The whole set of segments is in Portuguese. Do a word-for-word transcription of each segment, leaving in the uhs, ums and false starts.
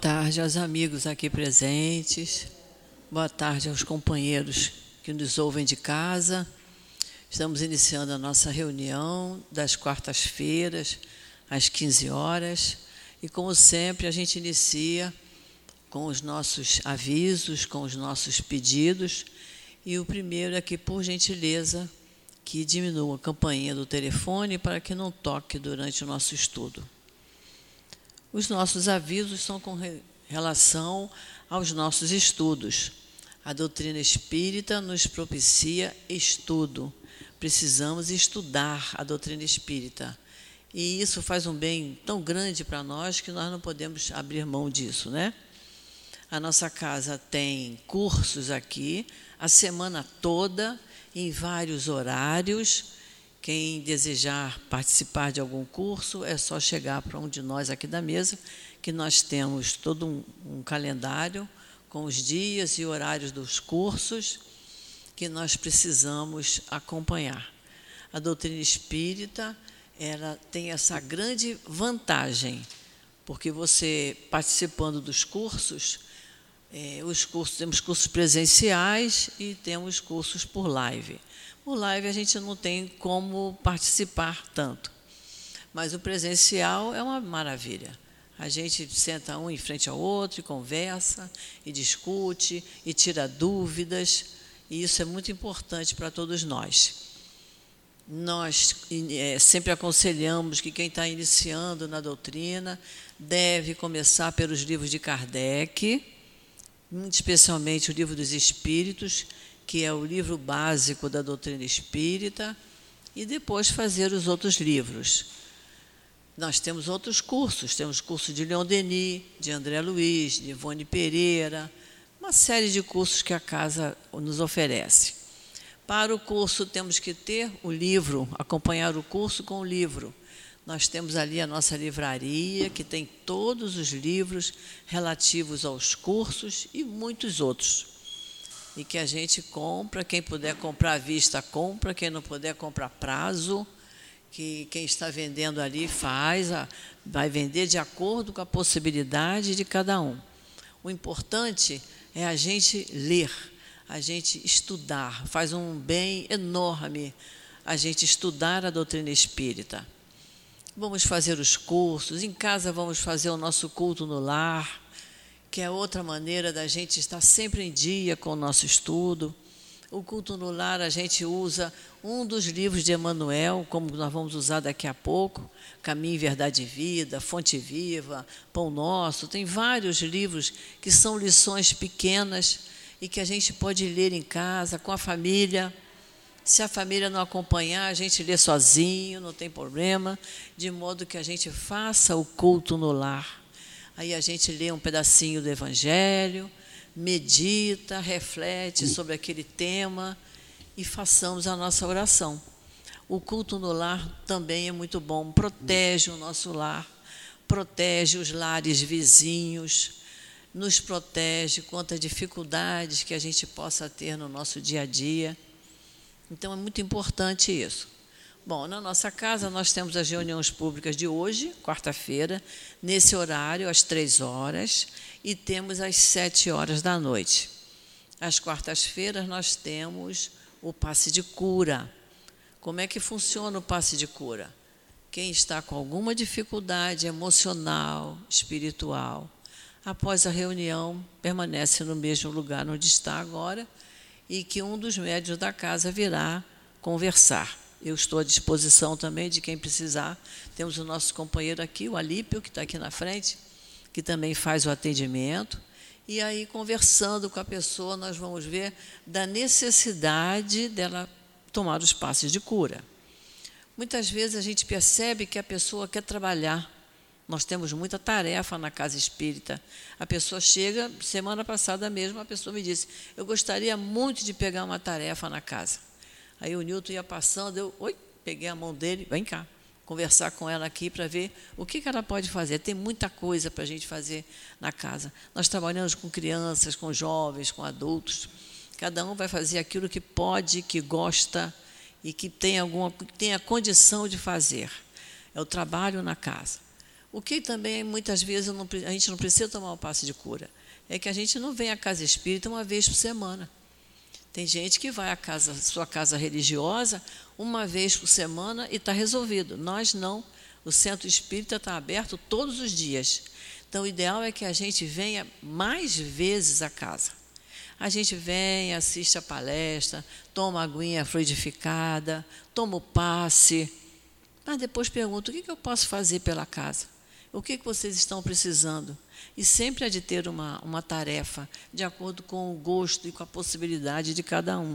Tarde aos amigos aqui presentes, boa tarde aos companheiros que nos ouvem de casa. Estamos iniciando a nossa reunião das quartas-feiras, às quinze horas, e como sempre a gente inicia com os nossos avisos, com os nossos pedidos, e o primeiro é que, por gentileza, que diminua a campainha do telefone para que não toque durante o nosso estudo. Os nossos avisos são com relação aos nossos estudos. A doutrina espírita nos propicia estudo. Precisamos estudar a doutrina espírita. E isso faz um bem tão grande para nós que nós não podemos abrir mão disso, né? A nossa casa tem cursos aqui, a semana toda, em vários horários. Quem desejar participar de algum curso, é só chegar para um de nós aqui da mesa, que nós temos todo um, um calendário com os dias e horários dos cursos que nós precisamos acompanhar. A doutrina espírita, ela tem essa grande vantagem, porque você, participando dos cursos, é, os cursos, temos cursos presenciais e temos cursos por live. O live a gente não tem como participar tanto, mas o presencial é uma maravilha. A gente senta um em frente ao outro e conversa, e discute, e tira dúvidas, e isso é muito importante para todos nós. Nós é, sempre aconselhamos que quem está iniciando na doutrina deve começar pelos livros de Kardec, muito especialmente o Livro dos Espíritos, que é o livro básico da doutrina espírita, e depois fazer os outros livros. Nós temos outros cursos, temos curso de Leon Denis, de André Luiz, de Ivone Pereira, uma série de cursos que a casa nos oferece. Para o curso temos que ter o livro, acompanhar o curso com o livro. Nós temos ali a nossa livraria, que tem todos os livros relativos aos cursos e muitos outros. E que a gente compra, quem puder comprar à vista, compra, quem não puder comprar prazo, que quem está vendendo ali faz, a, vai vender de acordo com a possibilidade de cada um. O importante é a gente ler, a gente estudar, faz um bem enorme a gente estudar a doutrina espírita. Vamos fazer os cursos, em casa vamos fazer o nosso culto no lar, que é outra maneira da gente estar sempre em dia com o nosso estudo. O culto no lar, a gente usa um dos livros de Emmanuel, como nós vamos usar daqui a pouco, Caminho, Verdade e Vida, Fonte Viva, Pão Nosso. Tem vários livros que são lições pequenas e que a gente pode ler em casa, com a família. Se a família não acompanhar, a gente lê sozinho, não tem problema, de modo que a gente faça o culto no lar. Aí a gente lê um pedacinho do Evangelho, medita, reflete sobre aquele tema e façamos a nossa oração. O culto no lar também é muito bom, protege o nosso lar, protege os lares vizinhos, nos protege contra dificuldades que a gente possa ter no nosso dia a dia. Então, é muito importante isso. Bom, na nossa casa nós temos as reuniões públicas de hoje, quarta-feira, nesse horário, às três horas, e temos às sete horas da noite. Às quartas-feiras nós temos o passe de cura. Como é que funciona o passe de cura? Quem está com alguma dificuldade emocional, espiritual, após a reunião, permanece no mesmo lugar onde está agora, e que um dos médiuns da casa virá conversar. Eu estou à disposição também de quem precisar. Temos o nosso companheiro aqui, o Alípio, que está aqui na frente, que também faz o atendimento. E aí, conversando com a pessoa, nós vamos ver da necessidade dela tomar os passes de cura. Muitas vezes a gente percebe que a pessoa quer trabalhar. Nós temos muita tarefa na casa espírita. A pessoa chega, semana passada mesmo, a pessoa me disse, eu gostaria muito de pegar uma tarefa na casa. Aí o Nilton ia passando, eu oi, peguei a mão dele, vem cá, conversar com ela aqui para ver o que, que ela pode fazer. Tem muita coisa para a gente fazer na casa. Nós trabalhamos com crianças, com jovens, com adultos. Cada um vai fazer aquilo que pode, que gosta e que tem, alguma, que tem a condição de fazer. É o trabalho na casa. O que também, muitas vezes, não, a gente não precisa tomar o passe de cura. É que a gente não vem à casa espírita uma vez por semana. Tem gente que vai à casa, sua casa religiosa uma vez por semana e está resolvido. Nós não. O centro espírita está aberto todos os dias. Então, o ideal é que a gente venha mais vezes à casa. A gente vem, assiste a palestra, toma a aguinha fluidificada, toma o passe, mas depois pergunta, o que eu posso fazer pela casa? O que vocês estão precisando? E sempre há de ter uma, uma tarefa, de acordo com o gosto e com a possibilidade de cada um.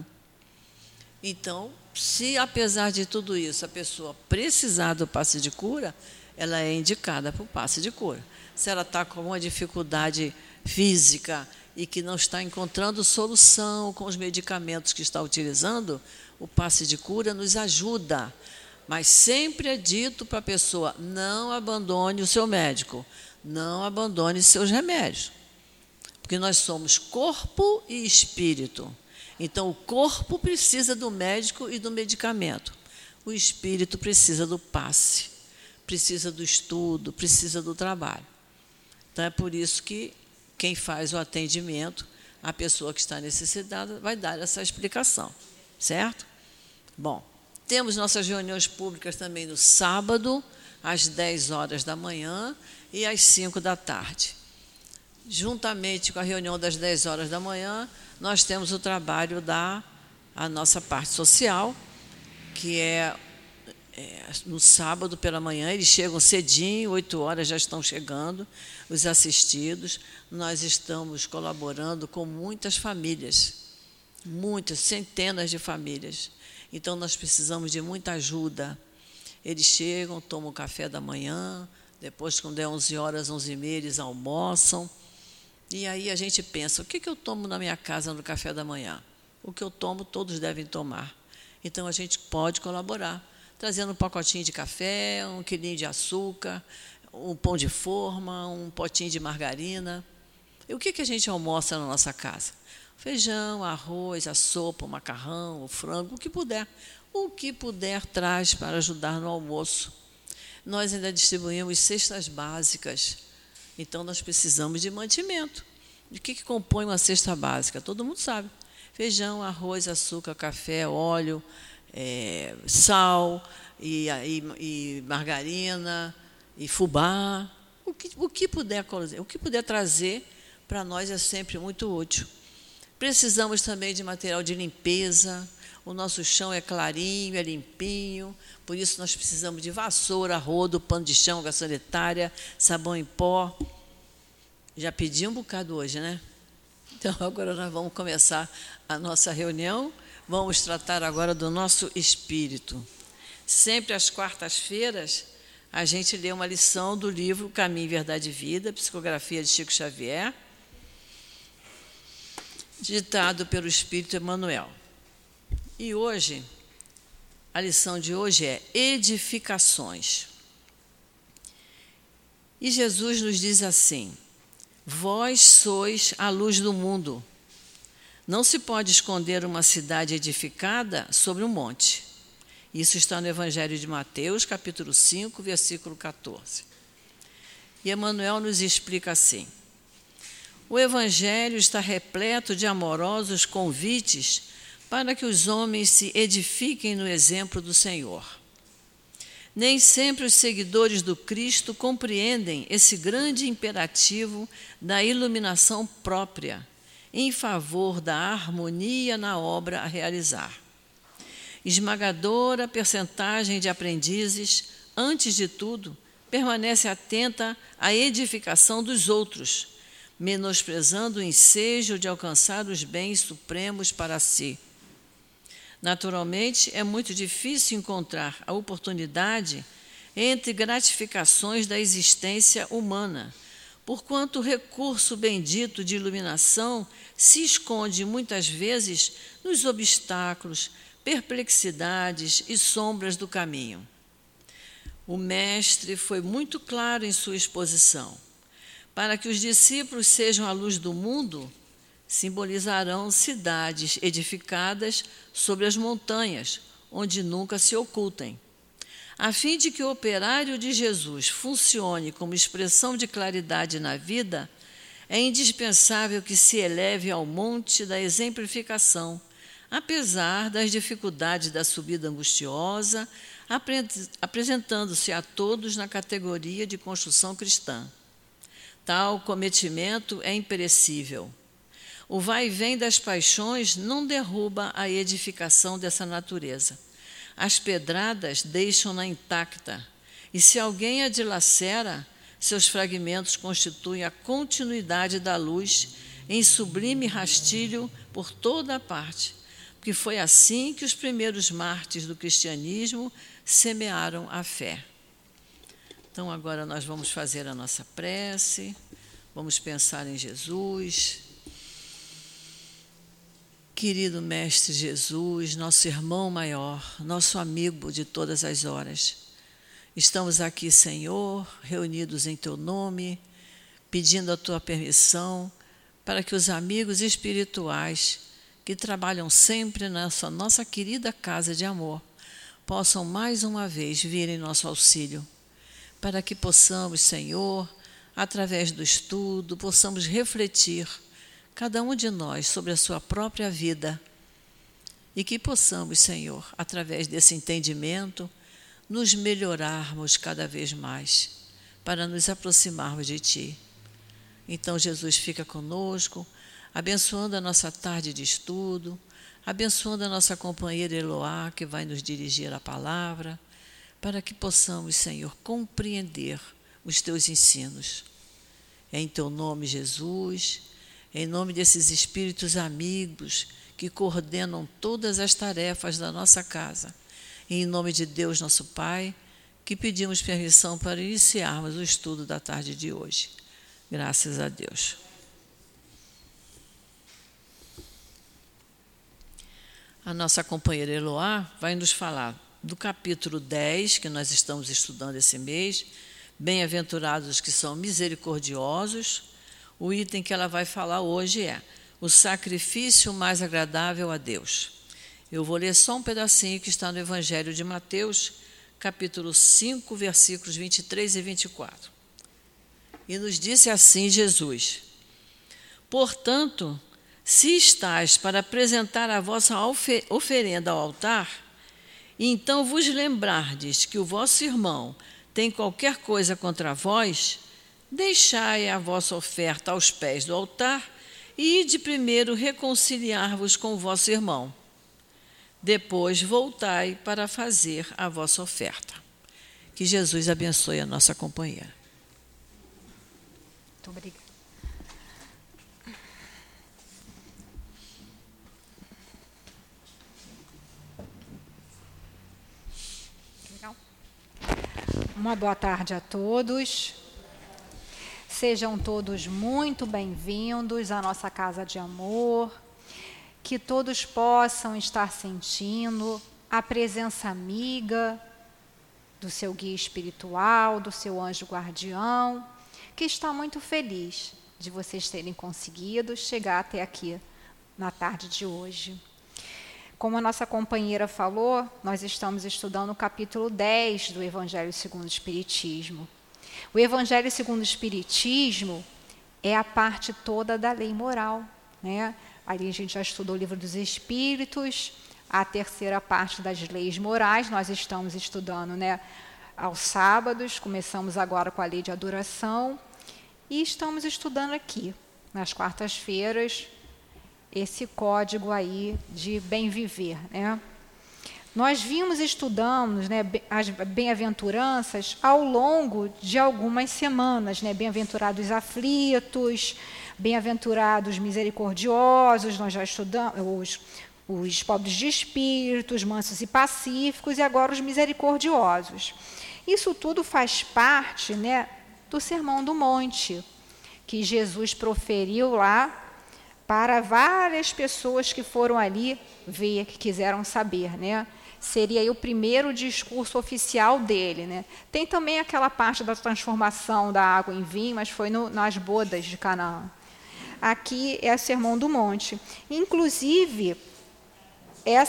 Então, se apesar de tudo isso, a pessoa precisar do passe de cura, ela é indicada para o passe de cura. Se ela está com uma dificuldade física e que não está encontrando solução com os medicamentos que está utilizando, o passe de cura nos ajuda. Mas sempre é dito para a pessoa, não abandone o seu médico, não abandone seus remédios. Porque nós somos corpo e espírito. Então, o corpo precisa do médico e do medicamento. O espírito precisa do passe, precisa do estudo, precisa do trabalho. Então, é por isso que quem faz o atendimento, a pessoa que está necessitada, vai dar essa explicação, certo? Bom, temos nossas reuniões públicas também no sábado, às dez horas da manhã e às cinco da tarde. Juntamente com a reunião das dez horas da manhã, nós temos o trabalho da a nossa parte social, que é, é no sábado pela manhã, eles chegam cedinho, oito horas já estão chegando, os assistidos. Nós estamos colaborando com muitas famílias, muitas, centenas de famílias. Então, nós precisamos de muita ajuda. Eles chegam, tomam o café da manhã, depois, quando é onze horas, onze e meia, eles almoçam. E aí a gente pensa, o que eu tomo na minha casa no café da manhã? O que eu tomo, todos devem tomar. Então, a gente pode colaborar, trazendo um pacotinho de café, um quilinho de açúcar, um pão de forma, um potinho de margarina. E o que a gente almoça na nossa casa? Feijão, arroz, a sopa, o macarrão, o frango, o que puder. O que puder traz para ajudar no almoço. Nós ainda distribuímos cestas básicas. Então, nós precisamos de mantimento. De que, que compõe uma cesta básica? Todo mundo sabe. Feijão, arroz, açúcar, café, óleo, é, sal, e, e, e margarina, e fubá. O que, o que puder, o que puder trazer, para nós é sempre muito útil. Precisamos também de material de limpeza. O nosso chão é clarinho, é limpinho, por isso nós precisamos de vassoura, rodo, pano de chão, água sanitária, sabão em pó. Já pedi um bocado hoje, né? Então, agora nós vamos começar a nossa reunião. Vamos tratar agora do nosso espírito. Sempre às quartas-feiras, a gente lê uma lição do livro Caminho, Verdade e Vida, psicografia de Chico Xavier, ditado pelo Espírito Emmanuel. E hoje, a lição de hoje é edificações. E Jesus nos diz assim, vós sois a luz do mundo. Não se pode esconder uma cidade edificada sobre um monte. Isso está no Evangelho de Mateus, capítulo cinco, versículo quatorze. E Emmanuel nos explica assim, o Evangelho está repleto de amorosos convites para que os homens se edifiquem no exemplo do Senhor. Nem sempre os seguidores do Cristo compreendem esse grande imperativo da iluminação própria, em favor da harmonia na obra a realizar. Esmagadora percentagem de aprendizes, antes de tudo, permanece atenta à edificação dos outros, menosprezando o ensejo de alcançar os bens supremos para si. Naturalmente, é muito difícil encontrar a oportunidade entre gratificações da existência humana, porquanto o recurso bendito de iluminação se esconde muitas vezes nos obstáculos, perplexidades e sombras do caminho. O Mestre foi muito claro em sua exposição. Para que os discípulos sejam a luz do mundo, simbolizarão cidades edificadas sobre as montanhas, onde nunca se ocultem. A fim de que o operário de Jesus funcione como expressão de claridade na vida, é indispensável que se eleve ao monte da exemplificação, apesar das dificuldades da subida angustiosa, apresentando-se a todos na categoria de construção cristã. Tal cometimento é imperecível. O vai e vem das paixões não derruba a edificação dessa natureza. As pedradas deixam-na intacta, e se alguém a dilacera, seus fragmentos constituem a continuidade da luz em sublime rastilho por toda a parte, porque foi assim que os primeiros mártires do cristianismo semearam a fé. Então, agora nós vamos fazer a nossa prece, vamos pensar em Jesus. Querido Mestre Jesus, nosso irmão maior, nosso amigo de todas as horas, estamos aqui, Senhor, reunidos em Teu nome, pedindo a Tua permissão para que os amigos espirituais que trabalham sempre nessa nossa querida casa de amor possam mais uma vez vir em nosso auxílio, para que possamos, Senhor, através do estudo, possamos refletir cada um de nós sobre a sua própria vida e que possamos, Senhor, através desse entendimento, nos melhorarmos cada vez mais para nos aproximarmos de Ti. Então, Jesus fica conosco, abençoando a nossa tarde de estudo, abençoando a nossa companheira Eloá, que vai nos dirigir a palavra, para que possamos, Senhor, compreender os Teus ensinos. É em Teu nome, Jesus, em nome desses espíritos amigos que coordenam todas as tarefas da nossa casa, e em nome de Deus, nosso Pai, que pedimos permissão para iniciarmos o estudo da tarde de hoje. Graças a Deus. A nossa companheira Eloá vai nos falar do capítulo dez, que nós estamos estudando esse mês, Bem-aventurados os que são misericordiosos. O item que ela vai falar hoje é o sacrifício mais agradável a Deus. Eu vou ler só um pedacinho que está no Evangelho de Mateus, capítulo cinco, versículos vinte e três e vinte e quatro. E nos disse assim Jesus: portanto, se estáis para apresentar a vossa oferenda ao altar, e então vos lembrardes que o vosso irmão tem qualquer coisa contra vós, deixai a vossa oferta aos pés do altar e ide primeiro reconciliar-vos com o vosso irmão. Depois voltai para fazer a vossa oferta. Que Jesus abençoe a nossa companheira. Muito obrigada. Legal. Uma boa tarde a todos. Sejam todos muito bem-vindos à nossa casa de amor, que todos possam estar sentindo a presença amiga do seu guia espiritual, do seu anjo guardião, que está muito feliz de vocês terem conseguido chegar até aqui na tarde de hoje. Como a nossa companheira falou, nós estamos estudando o capítulo dez do Evangelho segundo o Espiritismo. O Evangelho segundo o Espiritismo é a parte toda da lei moral, né? Ali a gente já estudou o Livro dos Espíritos, a terceira parte das leis morais, nós estamos estudando, né, aos sábados, começamos agora com a lei de adoração, e estamos estudando aqui, nas quartas-feiras, esse código aí de bem viver, né? Nós vimos estudando, né, as bem-aventuranças ao longo de algumas semanas, né? Bem-aventurados aflitos, bem-aventurados misericordiosos, nós já estudamos os, os pobres de espírito, os mansos e pacíficos, e agora os misericordiosos. Isso tudo faz parte, né, do Sermão do Monte, que Jesus proferiu lá para várias pessoas que foram ali ver, que quiseram saber, né? Seria aí o primeiro discurso oficial dele, né? Tem também aquela parte da transformação da água em vinho, mas foi no, nas bodas de Canaã. Aqui é o Sermão do Monte. Inclusive, essa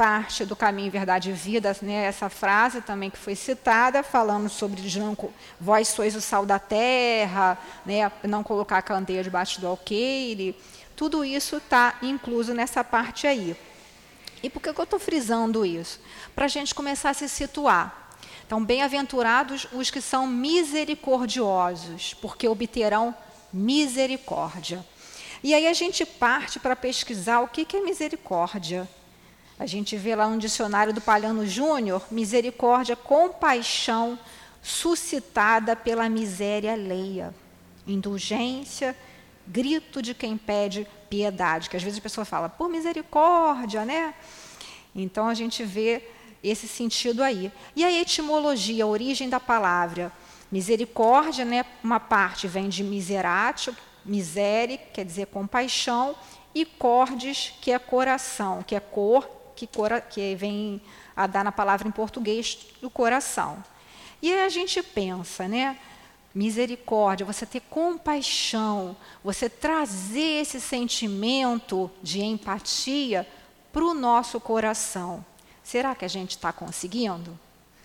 parte do Caminho, Verdade e Vida, né, essa frase também que foi citada, falando sobre vós sois o sal da terra, né, não colocar a candeia debaixo do alqueire, tudo isso está incluso nessa parte aí. E por que eu estou frisando isso? Para a gente começar a se situar. Então, bem-aventurados os que são misericordiosos, porque obterão misericórdia. E aí a gente parte para pesquisar o que é misericórdia. A gente vê lá no dicionário do Palhano Júnior, misericórdia, compaixão suscitada pela miséria alheia, indulgência, grito de quem pede piedade, que às vezes a pessoa fala, por misericórdia, né? Então a gente vê esse sentido aí. E a etimologia, a origem da palavra misericórdia, né? Uma parte vem de miseratio, misere, quer dizer compaixão, e cordis, que é coração, que é cor, que, cora, que vem a dar na palavra em português do coração. E aí a gente pensa, né? Misericórdia, você ter compaixão, você trazer esse sentimento de empatia para o nosso coração. Será que a gente está conseguindo?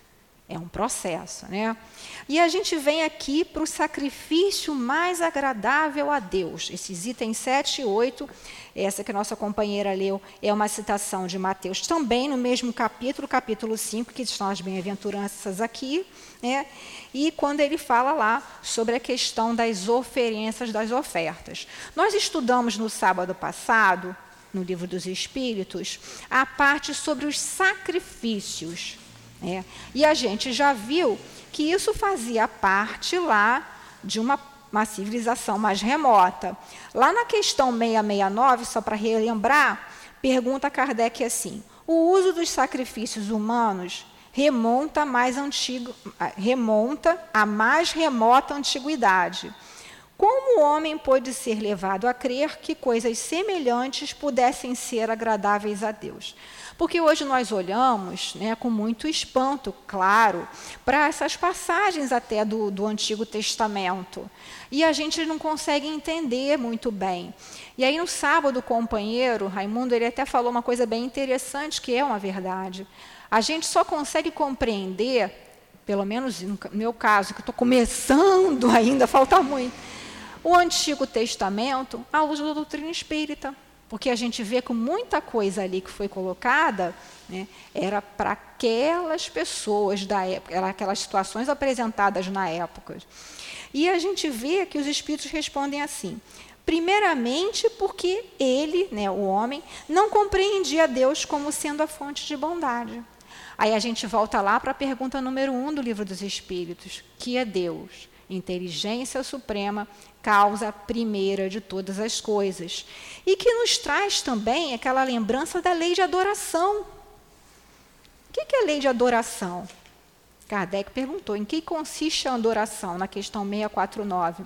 É um processo, né? E a gente vem aqui para o sacrifício mais agradável a Deus. Esses itens sete e oito, essa que a nossa companheira leu, é uma citação de Mateus, também no mesmo capítulo, capítulo cinco, que estão as bem-aventuranças aqui, né? E quando ele fala lá sobre a questão das oferenças, das ofertas. Nós estudamos no sábado passado, no Livro dos Espíritos, a parte sobre os sacrifícios. É. E a gente já viu que isso fazia parte lá de uma, uma civilização mais remota. Lá na questão seiscentos e sessenta e nove, só para relembrar, pergunta Kardec assim, o uso dos sacrifícios humanos remonta a mais, antigo, remonta a mais remota antiguidade. Como o homem pôde ser levado a crer que coisas semelhantes pudessem ser agradáveis a Deus? Porque hoje nós olhamos, né, com muito espanto, claro, para essas passagens até do, do Antigo Testamento. E a gente não consegue entender muito bem. E aí, no sábado, o companheiro, Raimundo, ele até falou uma coisa bem interessante, que é uma verdade. A gente só consegue compreender, pelo menos no meu caso, que estou começando ainda, falta muito, o Antigo Testamento à luz da doutrina espírita. Porque a gente vê que muita coisa ali que foi colocada, né, era para aquelas pessoas da época, eram aquelas situações apresentadas na época. E a gente vê que os espíritos respondem assim, primeiramente porque ele, né, o homem, não compreendia Deus como sendo a fonte de bondade. Aí a gente volta lá para a pergunta número um do Livro dos Espíritos, que é Deus, inteligência suprema, causa primeira de todas as coisas. E que nos traz também aquela lembrança da lei de adoração. O que é a lei de adoração? Kardec perguntou, em que consiste a adoração, na questão seiscentos e quarenta e nove.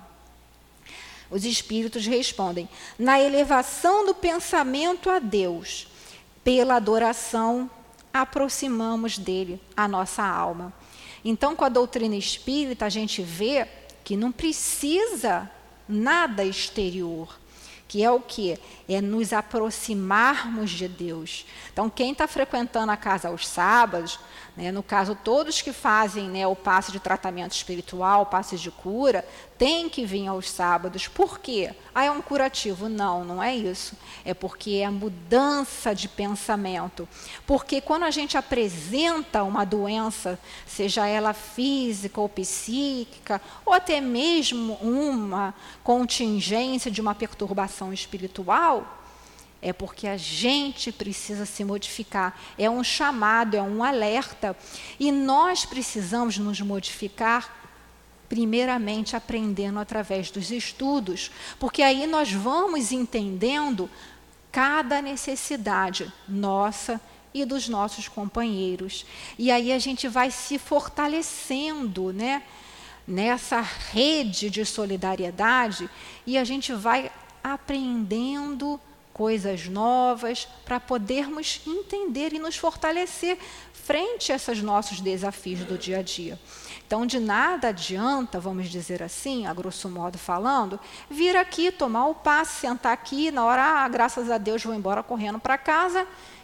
Os espíritos respondem, na elevação do pensamento a Deus, pela adoração aproximamos dele a nossa alma. Então, com a doutrina espírita, a gente vê que não precisa nada exterior, que é o quê? É nos aproximarmos de Deus. Então, quem está frequentando a casa aos sábados, né, no caso, todos que fazem, né, o passe de tratamento espiritual, o passe de cura, tem que vir aos sábados. Por quê? Ah, é um curativo. Não, não é isso. É porque é a mudança de pensamento. Porque quando a gente apresenta uma doença, seja ela física ou psíquica, ou até mesmo uma contingência de uma perturbação espiritual, é porque a gente precisa se modificar. É um chamado, é um alerta. E nós precisamos nos modificar, primeiramente aprendendo através dos estudos, porque aí nós vamos entendendo cada necessidade nossa e dos nossos companheiros. E aí a gente vai se fortalecendo, né, nessa rede de solidariedade, e a gente vai aprendendo coisas novas para podermos entender e nos fortalecer frente a esses nossos desafios do dia a dia. Então, de nada adianta, vamos dizer assim, a grosso modo falando, vir aqui, tomar o passe, sentar aqui, na hora, ah, graças a Deus, vou embora correndo para casa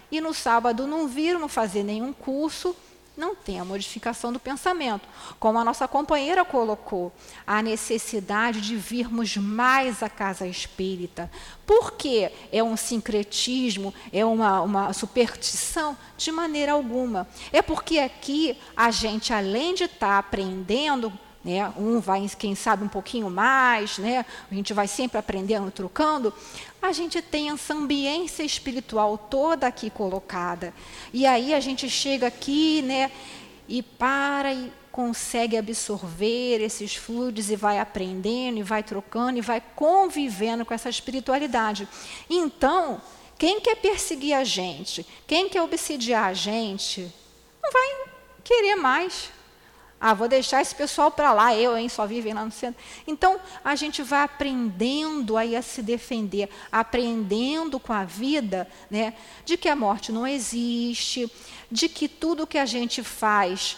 e no sábado não vir, não fazer nenhum curso, não tem a modificação do pensamento. Como a nossa companheira colocou, a necessidade de virmos mais à casa espírita. Por quê? É um sincretismo? É uma, uma superstição? De maneira alguma. É porque aqui a gente, além de estar aprendendo, né, um vai, quem sabe, um pouquinho mais, né, a gente vai sempre aprendendo, trocando, a gente tem essa ambiência espiritual toda aqui colocada. E aí a gente chega aqui, né, e para e consegue absorver esses fluidos e vai aprendendo, e vai trocando, e vai convivendo com essa espiritualidade. Então, quem quer perseguir a gente, quem quer obsidiar a gente, não vai querer mais. Ah, vou deixar esse pessoal para lá, eu, hein, só vivem lá no centro. Então, a gente vai aprendendo aí a se defender, aprendendo com a vida, né, de que a morte não existe, de que tudo que a gente faz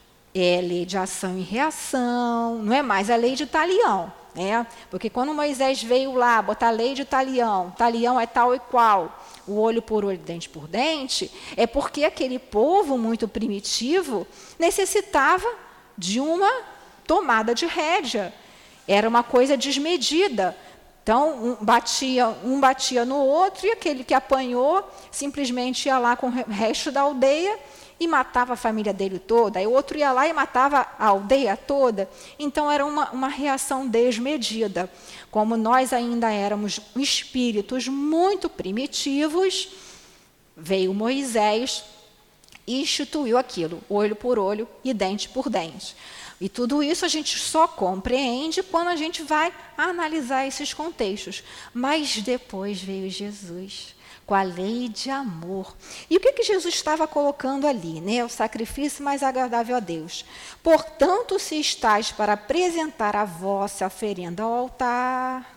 é lei de ação e reação, não é mais a lei de talião. Né? Porque quando Moisés veio lá, botar a lei de talião, talião é tal e qual, o olho por olho, dente por dente, é porque aquele povo muito primitivo necessitava de uma tomada de rédea. Era uma coisa desmedida. Então, um batia, um batia no outro, e aquele que apanhou simplesmente ia lá com o resto da aldeia e matava a família dele toda. Aí o outro ia lá e matava a aldeia toda. Então, era uma, uma reação desmedida. Como nós ainda éramos espíritos muito primitivos, veio Moisés e instituiu aquilo, olho por olho e dente por dente. E tudo isso a gente só compreende quando a gente vai analisar esses contextos. Mas depois veio Jesus, com a lei de amor. E o que, que Jesus estava colocando ali? Né? O sacrifício mais agradável a Deus. Portanto, se estáis para apresentar a vossa oferenda ao altar...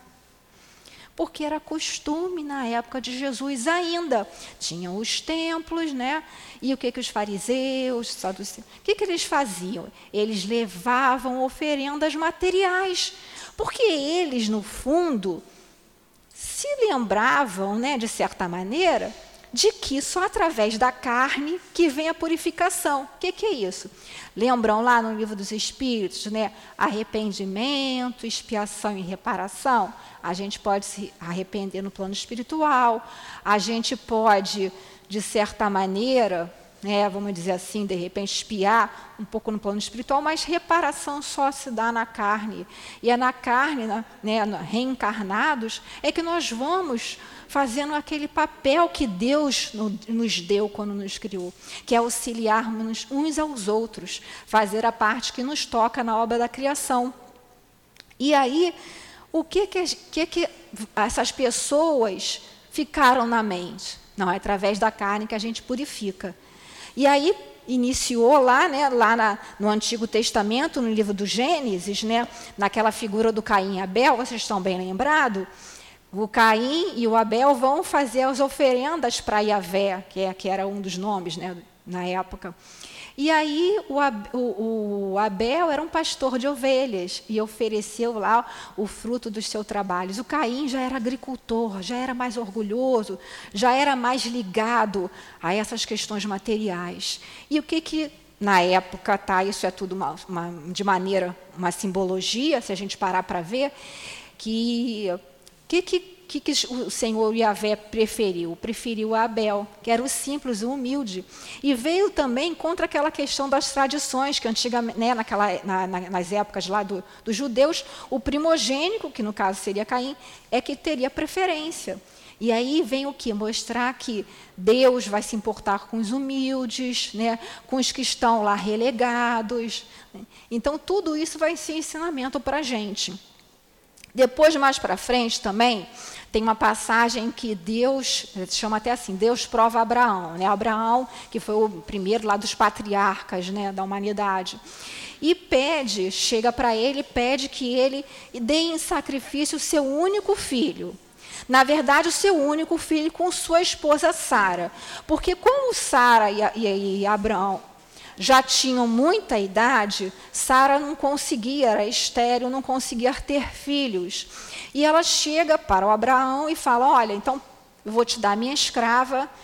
Porque era costume na época de Jesus ainda. Tinham os templos, né? E o que, que os fariseus, saduceus, o que, que eles faziam? Eles levavam oferendas materiais. Porque eles, no fundo, se lembravam, né, de certa maneira, de que só através da carne que vem a purificação. O que, que é isso? Lembram lá no Livro dos Espíritos, né? Arrependimento, expiação e reparação. A gente pode se arrepender no plano espiritual, a gente pode, de certa maneira, né, vamos dizer assim, de repente, expiar um pouco no plano espiritual, mas reparação só se dá na carne. E é na carne, né, reencarnados, é que nós vamos fazendo aquele papel que Deus nos deu quando nos criou, que é auxiliarmos uns aos outros, fazer a parte que nos toca na obra da criação. E aí, o que que, que que essas pessoas ficaram na mente? Não, é através da carne que a gente purifica. E aí, iniciou lá, né, lá na, no Antigo Testamento, no livro do Gênesis, né, naquela figura do Caim e Abel, vocês estão bem lembrados? O Caim e o Abel vão fazer as oferendas para Yahvé, que, é, que era um dos nomes, né, na época. E aí o, o, o Abel era um pastor de ovelhas e ofereceu lá o fruto dos seus trabalhos. O Caim já era agricultor, já era mais orgulhoso, já era mais ligado a essas questões materiais. E o que que na época, tá, isso é tudo uma, uma, de maneira, uma simbologia, se a gente parar para ver, que que, que, que, que o Senhor Yahvé preferiu? Preferiu Abel, que era o simples, o humilde. E veio também contra aquela questão das tradições, que antigamente, né, naquela, na, na, nas épocas lá do, dos judeus, o primogênito, que no caso seria Caim, é que teria preferência. E aí vem o quê? Mostrar que Deus vai se importar com os humildes, né, com os que estão lá relegados. Então, tudo isso vai ser ensinamento para a gente. Depois, mais para frente também, tem uma passagem que Deus, chama até assim, Deus prova Abraão, né? Abraão, que foi o primeiro lá dos patriarcas, né, da humanidade. E pede, chega para ele, pede que ele dê em sacrifício o seu único filho. Na verdade, o seu único filho com sua esposa Sara. Porque como Sara e, e, e Abraão já tinham muita idade, Sara não conseguia, era estéril, não conseguia ter filhos. E ela chega para o Abraão e fala, olha, então eu vou te dar minha escrava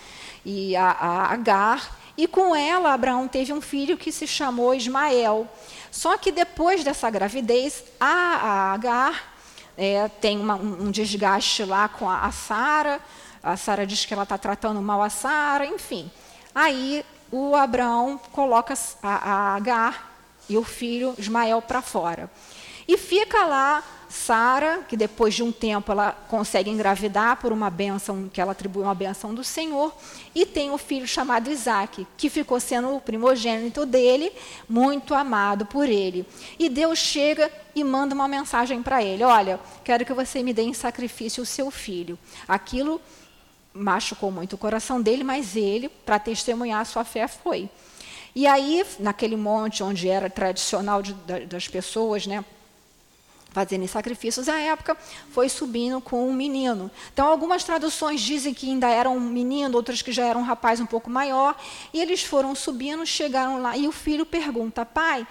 e a, a Agar, e com ela Abraão teve um filho que se chamou Ismael. Só que depois dessa gravidez, a, a Agar é, tem uma, um desgaste lá com a, a Sara, a Sara diz que ela está tratando mal a Sara, enfim. Aí o Abraão coloca a, a Agar e o filho Ismael para fora. E fica lá Sara, que depois de um tempo ela consegue engravidar por uma bênção, que ela atribui uma bênção do Senhor, e tem um filho chamado Isaque, que ficou sendo o primogênito dele, muito amado por ele. E Deus chega e manda uma mensagem para ele: olha, quero que você me dê em sacrifício o seu filho. Aquilo machucou muito o coração dele, mas ele, para testemunhar a sua fé, foi. E aí, naquele monte onde era tradicional de, das pessoas, né, fazendo sacrifícios, à época, foi subindo com um menino. Então, algumas traduções dizem que ainda era um menino, outras que já era um rapaz um pouco maior, e eles foram subindo, chegaram lá, e o filho pergunta: pai,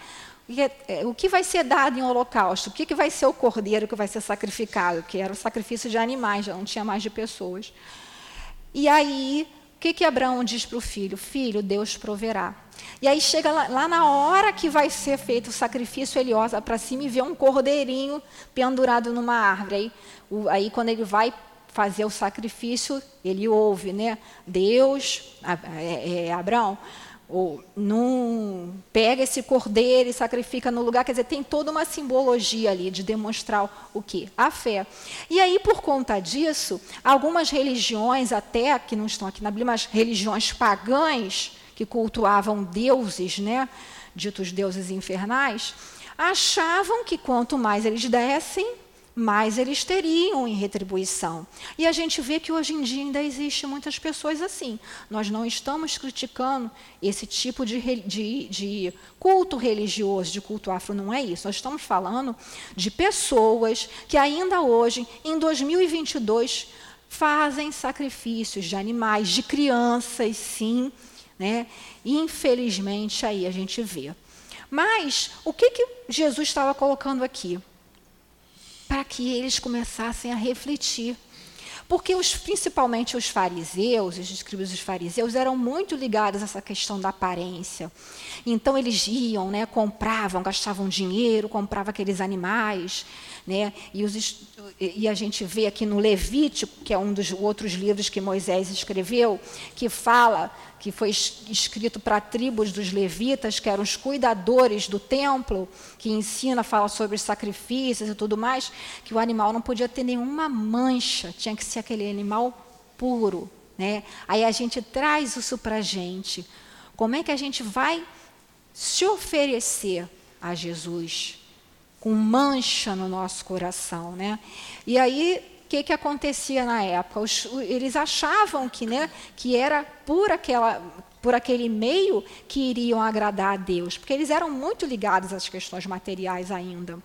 o que vai ser dado em holocausto? O que vai ser o cordeiro que vai ser sacrificado? Que era o sacrifício de animais, já não tinha mais de pessoas. E aí, o que, que Abraão diz para o filho? Filho, Deus proverá. E aí chega lá, lá na hora que vai ser feito o sacrifício, ele olha para cima e vê um cordeirinho pendurado numa árvore. Aí, o, aí quando ele vai fazer o sacrifício, ele ouve, né? Deus, é, é, Abraão, ou, não pega esse cordeiro e sacrifica no lugar. Quer dizer, tem toda uma simbologia ali de demonstrar o quê? A fé. E aí, por conta disso, algumas religiões, até que não estão aqui na Bíblia, mas religiões pagãs, que cultuavam deuses, né, ditos deuses infernais, achavam que quanto mais eles dessem, mais eles teriam em retribuição. E a gente vê que hoje em dia ainda existe muitas pessoas assim. Nós não estamos criticando esse tipo de, de, de culto religioso, de culto afro, não é isso. Nós estamos falando de pessoas que ainda hoje, em dois mil e vinte e dois, fazem sacrifícios de animais, de crianças, sim, né? E, infelizmente, aí a gente vê. Mas o que, que Jesus estava colocando aqui? Para que eles começassem a refletir. Porque, os, principalmente os fariseus, os escribas dos fariseus, eram muito ligados a essa questão da aparência. Então, eles iam, né, compravam, gastavam dinheiro, compravam aqueles animais, né, e, os, e a gente vê aqui no Levítico, que é um dos outros livros que Moisés escreveu, que fala, que foi escrito para tribos dos levitas, que eram os cuidadores do templo, que ensina, fala sobre os sacrifícios e tudo mais, que o animal não podia ter nenhuma mancha, tinha que ser aquele animal puro, né? Aí a gente traz isso para a gente. Como é que a gente vai se oferecer a Jesus com mancha no nosso coração, né? E aí, o que, que acontecia na época? Os, eles achavam que, né, que era por, aquela, por aquele meio que iriam agradar a Deus, porque eles eram muito ligados às questões materiais ainda.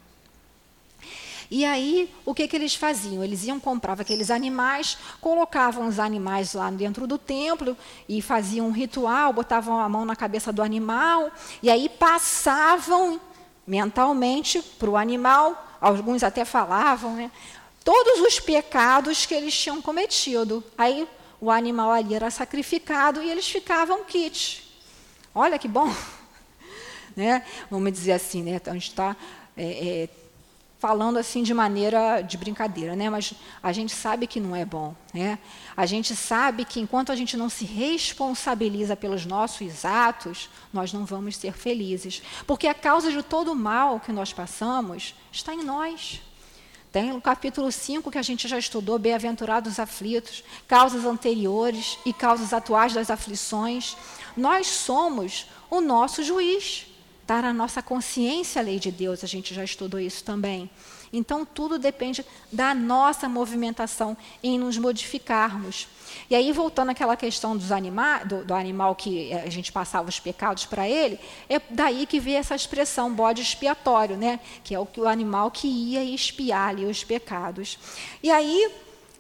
E aí, o que, que eles faziam? Eles iam comprar aqueles animais, colocavam os animais lá dentro do templo e faziam um ritual, botavam a mão na cabeça do animal, e aí passavam mentalmente para o animal, alguns até falavam, né, todos os pecados que eles tinham cometido. Aí o animal ali era sacrificado e eles ficavam quites. Olha que bom, né? Vamos dizer assim, né? Então, a gente está é, é, falando assim de maneira de brincadeira, né? Mas a gente sabe que não é bom, né? A gente sabe que enquanto a gente não se responsabiliza pelos nossos atos, nós não vamos ser felizes, porque a causa de todo o mal que nós passamos está em nós. Tem no capítulo cinco, que a gente já estudou, bem-aventurados os aflitos, causas anteriores e causas atuais das aflições. Nós somos o nosso juiz. Está na nossa consciência a lei de Deus, a gente já estudou isso também. Então, tudo depende da nossa movimentação em nos modificarmos. E aí, voltando àquela questão dos anima, do, do animal que a gente passava os pecados para ele, é daí que veio essa expressão bode expiatório, né? Que é o, o animal que ia expiar ali os pecados. E aí,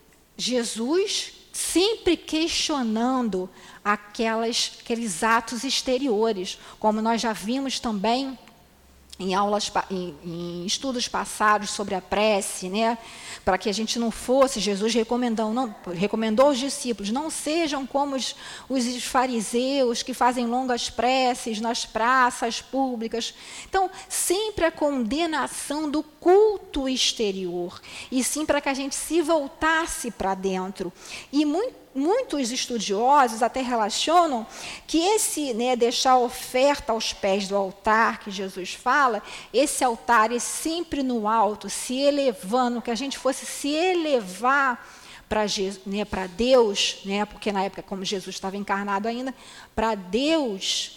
Jesus sempre questionando aquelas, aqueles atos exteriores, como nós já vimos também em aulas, em, em estudos passados sobre a prece, né? Para que a gente não fosse, Jesus recomendou, não, recomendou aos discípulos, não sejam como os, os fariseus que fazem longas preces nas praças públicas. Então, sempre a condenação do culto exterior, e sim para que a gente se voltasse para dentro. E muito Muitos estudiosos até relacionam que esse, né, deixar a oferta aos pés do altar que Jesus fala, esse altar é sempre no alto, se elevando, que a gente fosse se elevar para né, para Deus, né, porque na época, como Jesus estava encarnado ainda, para Deus,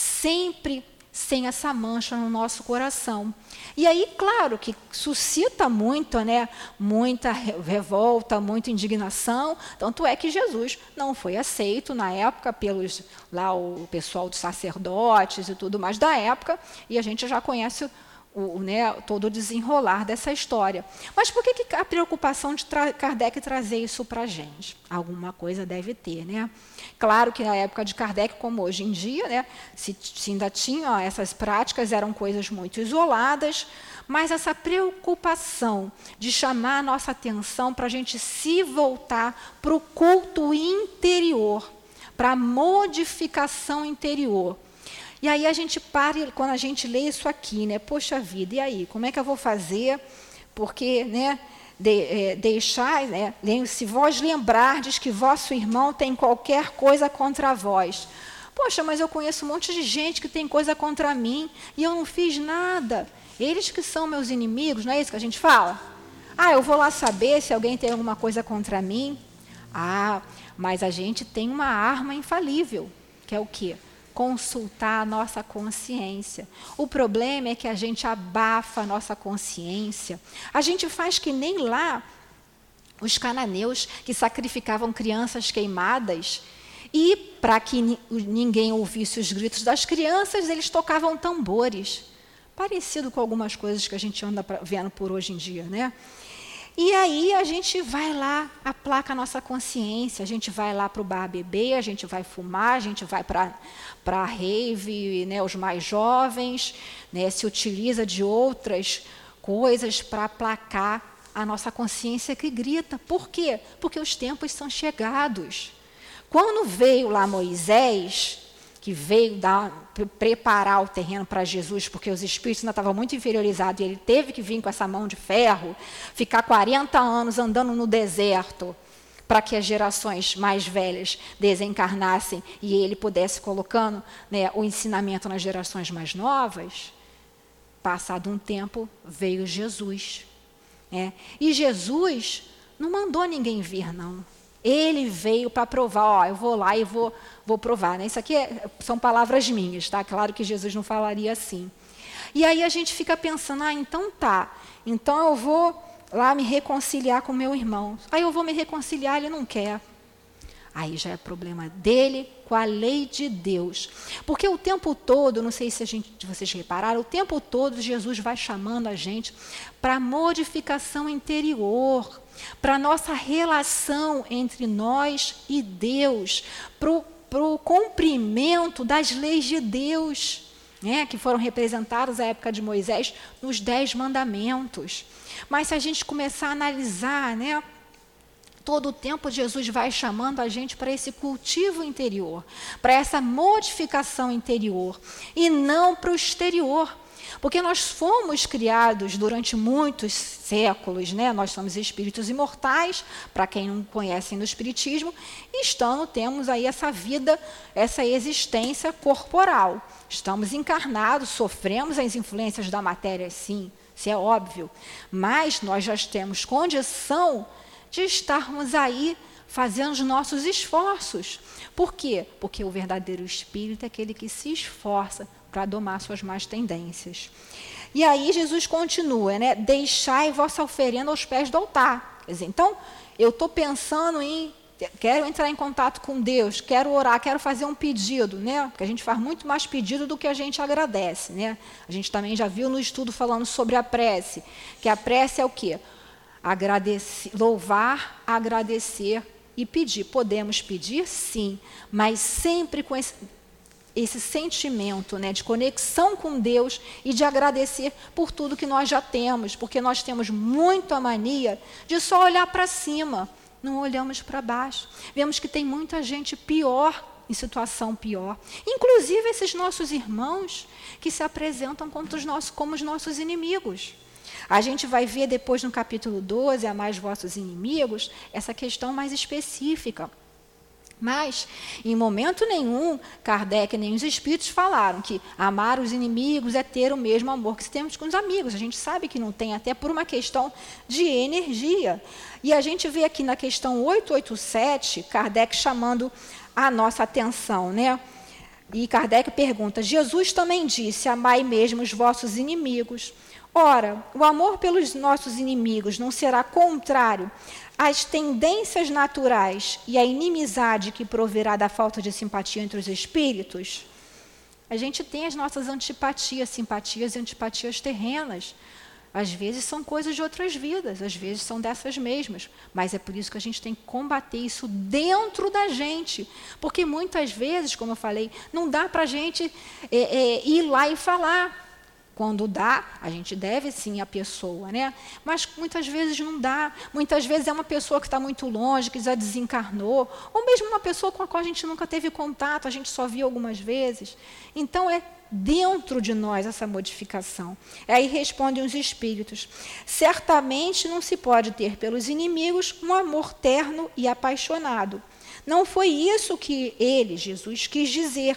sempre sem essa mancha no nosso coração. E aí, claro, que suscita muito, né, muita revolta, muita indignação, tanto é que Jesus não foi aceito na época pelos lá o pessoal dos sacerdotes e tudo mais da época, e a gente já conhece o, né, todo o desenrolar dessa história. Mas por que, que a preocupação de tra Kardec trazer isso para a gente? Alguma coisa deve ter, né? Claro que na época de Kardec, como hoje em dia, né, se, se ainda tinham essas práticas, eram coisas muito isoladas, mas essa preocupação de chamar a nossa atenção para a gente se voltar para o culto interior, para a modificação interior. E aí a gente para, quando a gente lê isso aqui, né? Poxa vida, e aí, como é que eu vou fazer? Porque, né, de, é, deixar, né, se vós lembrardes que vosso irmão tem qualquer coisa contra vós. Poxa, mas eu conheço um monte de gente que tem coisa contra mim e eu não fiz nada. Eles que são meus inimigos, não é isso que a gente fala? Ah, eu vou lá saber se alguém tem alguma coisa contra mim. Ah, mas a gente tem uma arma infalível, que é o quê? Consultar a nossa consciência. O problema é que a gente abafa a nossa consciência. A gente faz que nem lá os cananeus que sacrificavam crianças queimadas e, para que ninguém ouvisse os gritos das crianças, eles tocavam tambores. Parecido com algumas coisas que a gente anda vendo por hoje em dia, né? E aí a gente vai lá, aplaca a nossa consciência, a gente vai lá para o bar beber, a gente vai fumar, a gente vai para a rave, né, os mais jovens, né, se utiliza de outras coisas para aplacar a nossa consciência que grita. Por quê? Porque os tempos são chegados. Quando veio lá Moisés, que veio dar, preparar o terreno para Jesus, porque os espíritos ainda estavam muito inferiorizados, e ele teve que vir com essa mão de ferro, ficar quarenta anos andando no deserto, para que as gerações mais velhas desencarnassem e ele pudesse colocando, né, o ensinamento nas gerações mais novas. Passado um tempo, veio Jesus. Né? E Jesus não mandou ninguém vir, não. Ele veio para provar, ó, eu vou lá e vou, vou provar. Né? Isso aqui é, são palavras minhas, tá? Claro que Jesus não falaria assim. E aí a gente fica pensando, ah, então tá, então eu vou lá me reconciliar com meu irmão. Aí eu vou me reconciliar, ele não quer. Aí já é problema dele com a lei de Deus. Porque o tempo todo, não sei se a gente, vocês repararam, o tempo todo Jesus vai chamando a gente para modificação interior, para a nossa relação entre nós e Deus, para o cumprimento das leis de Deus, né, que foram representadas na época de Moisés nos Dez Mandamentos. Mas se a gente começar a analisar, né, todo o tempo Jesus vai chamando a gente para esse cultivo interior, para essa modificação interior, e não para o exterior. Porque nós fomos criados durante muitos séculos, né? Nós somos espíritos imortais, para quem não conhece no espiritismo, e estando, temos aí essa vida, essa existência corporal. Estamos encarnados, sofremos as influências da matéria, sim, isso é óbvio, mas nós já temos condição de estarmos aí fazendo os nossos esforços. Por quê? Porque o verdadeiro espírito é aquele que se esforça para domar suas más tendências. E aí Jesus continua, né? Deixai vossa oferenda aos pés do altar. Quer dizer, então, eu estou pensando em, quero entrar em contato com Deus, quero orar, quero fazer um pedido, né? Porque a gente faz muito mais pedido do que a gente agradece, né? A gente também já viu no estudo falando sobre a prece, que a prece é o quê? Agradecer, louvar, agradecer e pedir. Podemos pedir, sim, mas sempre com esse, esse sentimento, né, de conexão com Deus e de agradecer por tudo que nós já temos, porque nós temos muito a mania de só olhar para cima, não olhamos para baixo. Vemos que tem muita gente pior, em situação pior, inclusive esses nossos irmãos que se apresentam como os nossos, como os nossos inimigos. A gente vai ver depois no capítulo doze, amai os vossos inimigos, essa questão mais específica. Mas, em momento nenhum, Kardec nem os espíritos falaram que amar os inimigos é ter o mesmo amor que temos com os amigos. A gente sabe que não tem, até por uma questão de energia. E a gente vê aqui na questão oitocentos e oitenta e sete, Kardec chamando a nossa atenção, né? E Kardec pergunta, Jesus também disse, amai mesmo os vossos inimigos. Ora, o amor pelos nossos inimigos não será contrário às tendências naturais e à inimizade que proverá da falta de simpatia entre os espíritos? A gente tem as nossas antipatias, simpatias e antipatias terrenas. Às vezes são coisas de outras vidas, às vezes são dessas mesmas. Mas é por isso que a gente tem que combater isso dentro da gente. Porque muitas vezes, como eu falei, não dá para a gente é, é, ir lá e falar. Quando dá, a gente deve sim a pessoa, né? Mas muitas vezes não dá. Muitas vezes é uma pessoa que está muito longe, que já desencarnou, ou mesmo uma pessoa com a qual a gente nunca teve contato, a gente só viu algumas vezes. Então, é dentro de nós essa modificação. Aí respondem os espíritos, certamente não se pode ter pelos inimigos um amor terno e apaixonado. Não foi isso que ele, Jesus, quis dizer.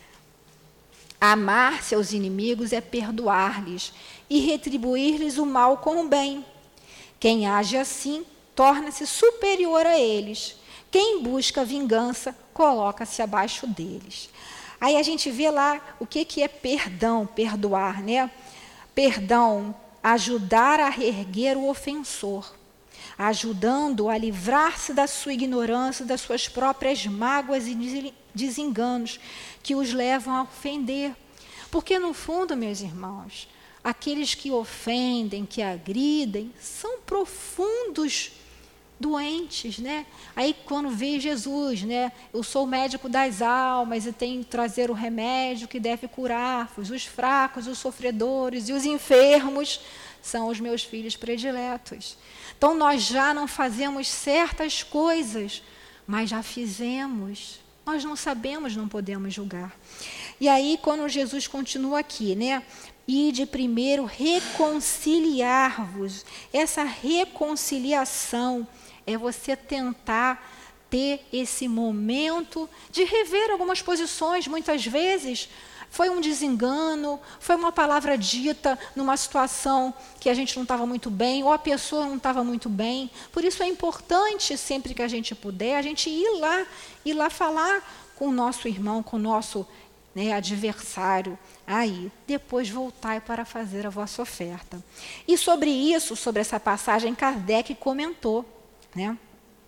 Amar seus inimigos é perdoar-lhes e retribuir-lhes o mal com o bem. Quem age assim torna-se superior a eles. Quem busca vingança coloca-se abaixo deles. Aí a gente vê lá o que, que é perdão, perdoar, né? Perdão, ajudar a reerguer o ofensor, ajudando-o a livrar-se da sua ignorância, das suas próprias mágoas e desenganos que os levam a ofender. Porque, no fundo, meus irmãos, aqueles que ofendem, que agridem, são profundos doentes, né? Aí, quando vê Jesus, né? Eu sou o médico das almas e tenho que trazer o remédio que deve curar-vos, os fracos, os sofredores e os enfermos são os meus filhos prediletos. Então, nós já não fazemos certas coisas, mas já fizemos. Nós não sabemos, não podemos julgar. E aí, quando Jesus continua aqui, né? E de primeiro reconciliar-vos. Essa reconciliação é você tentar ter esse momento de rever algumas posições. Muitas vezes foi um desengano, foi uma palavra dita numa situação que a gente não estava muito bem, ou a pessoa não estava muito bem. Por isso é importante, sempre que a gente puder, a gente ir lá, ir lá falar com o nosso irmão, com o nosso, né, adversário, aí, depois voltai para fazer a vossa oferta. E sobre isso, sobre essa passagem, Kardec comentou, né?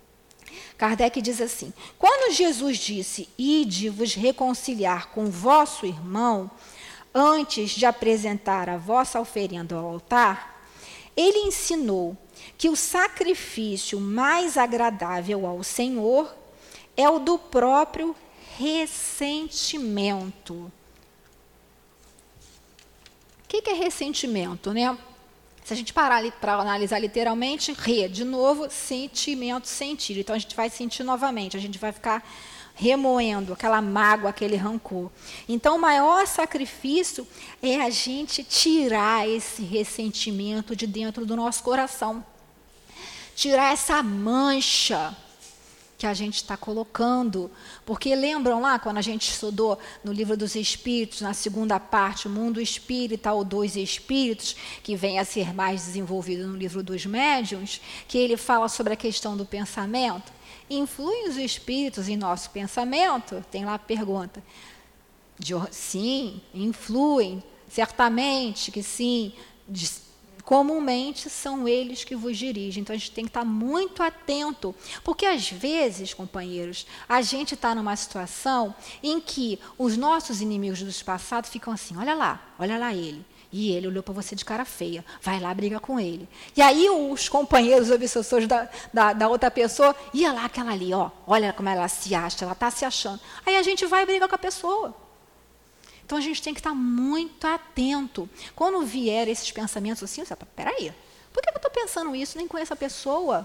Kardec diz assim, quando Jesus disse, ide vos reconciliar com o vosso irmão, antes de apresentar a vossa oferenda ao altar, ele ensinou que o sacrifício mais agradável ao Senhor é o do próprio ressentimento. O que é ressentimento, né? Se a gente parar para analisar literalmente, re, de novo, sentimento, sentir. Então, a gente vai sentir novamente, a gente vai ficar remoendo aquela mágoa, aquele rancor. Então, o maior sacrifício é a gente tirar esse ressentimento de dentro do nosso coração. Tirar essa mancha que a gente está colocando. Porque lembram lá, quando a gente estudou no Livro dos Espíritos, na segunda parte, o Mundo Espírita ou Dois Espíritos, que vem a ser mais desenvolvido no Livro dos Médiuns, que ele fala sobre a questão do pensamento. Influem os espíritos em nosso pensamento? Tem lá a pergunta. De, sim, influem, certamente que sim. De, comumente são eles que vos dirigem. Então, a gente tem que estar muito atento, porque às vezes, companheiros, a gente está numa situação em que os nossos inimigos do passado ficam assim, olha lá, olha lá ele. E ele olhou para você de cara feia, vai lá, briga com ele. E aí os companheiros obsessores da, da, da outra pessoa, ia lá aquela ali, ó, olha como ela se acha, ela está se achando. Aí a gente vai e briga com a pessoa. Então a gente tem que estar muito atento. Quando vier esses pensamentos assim, você fala, peraí, por que eu estou pensando isso? Nem conheço a pessoa.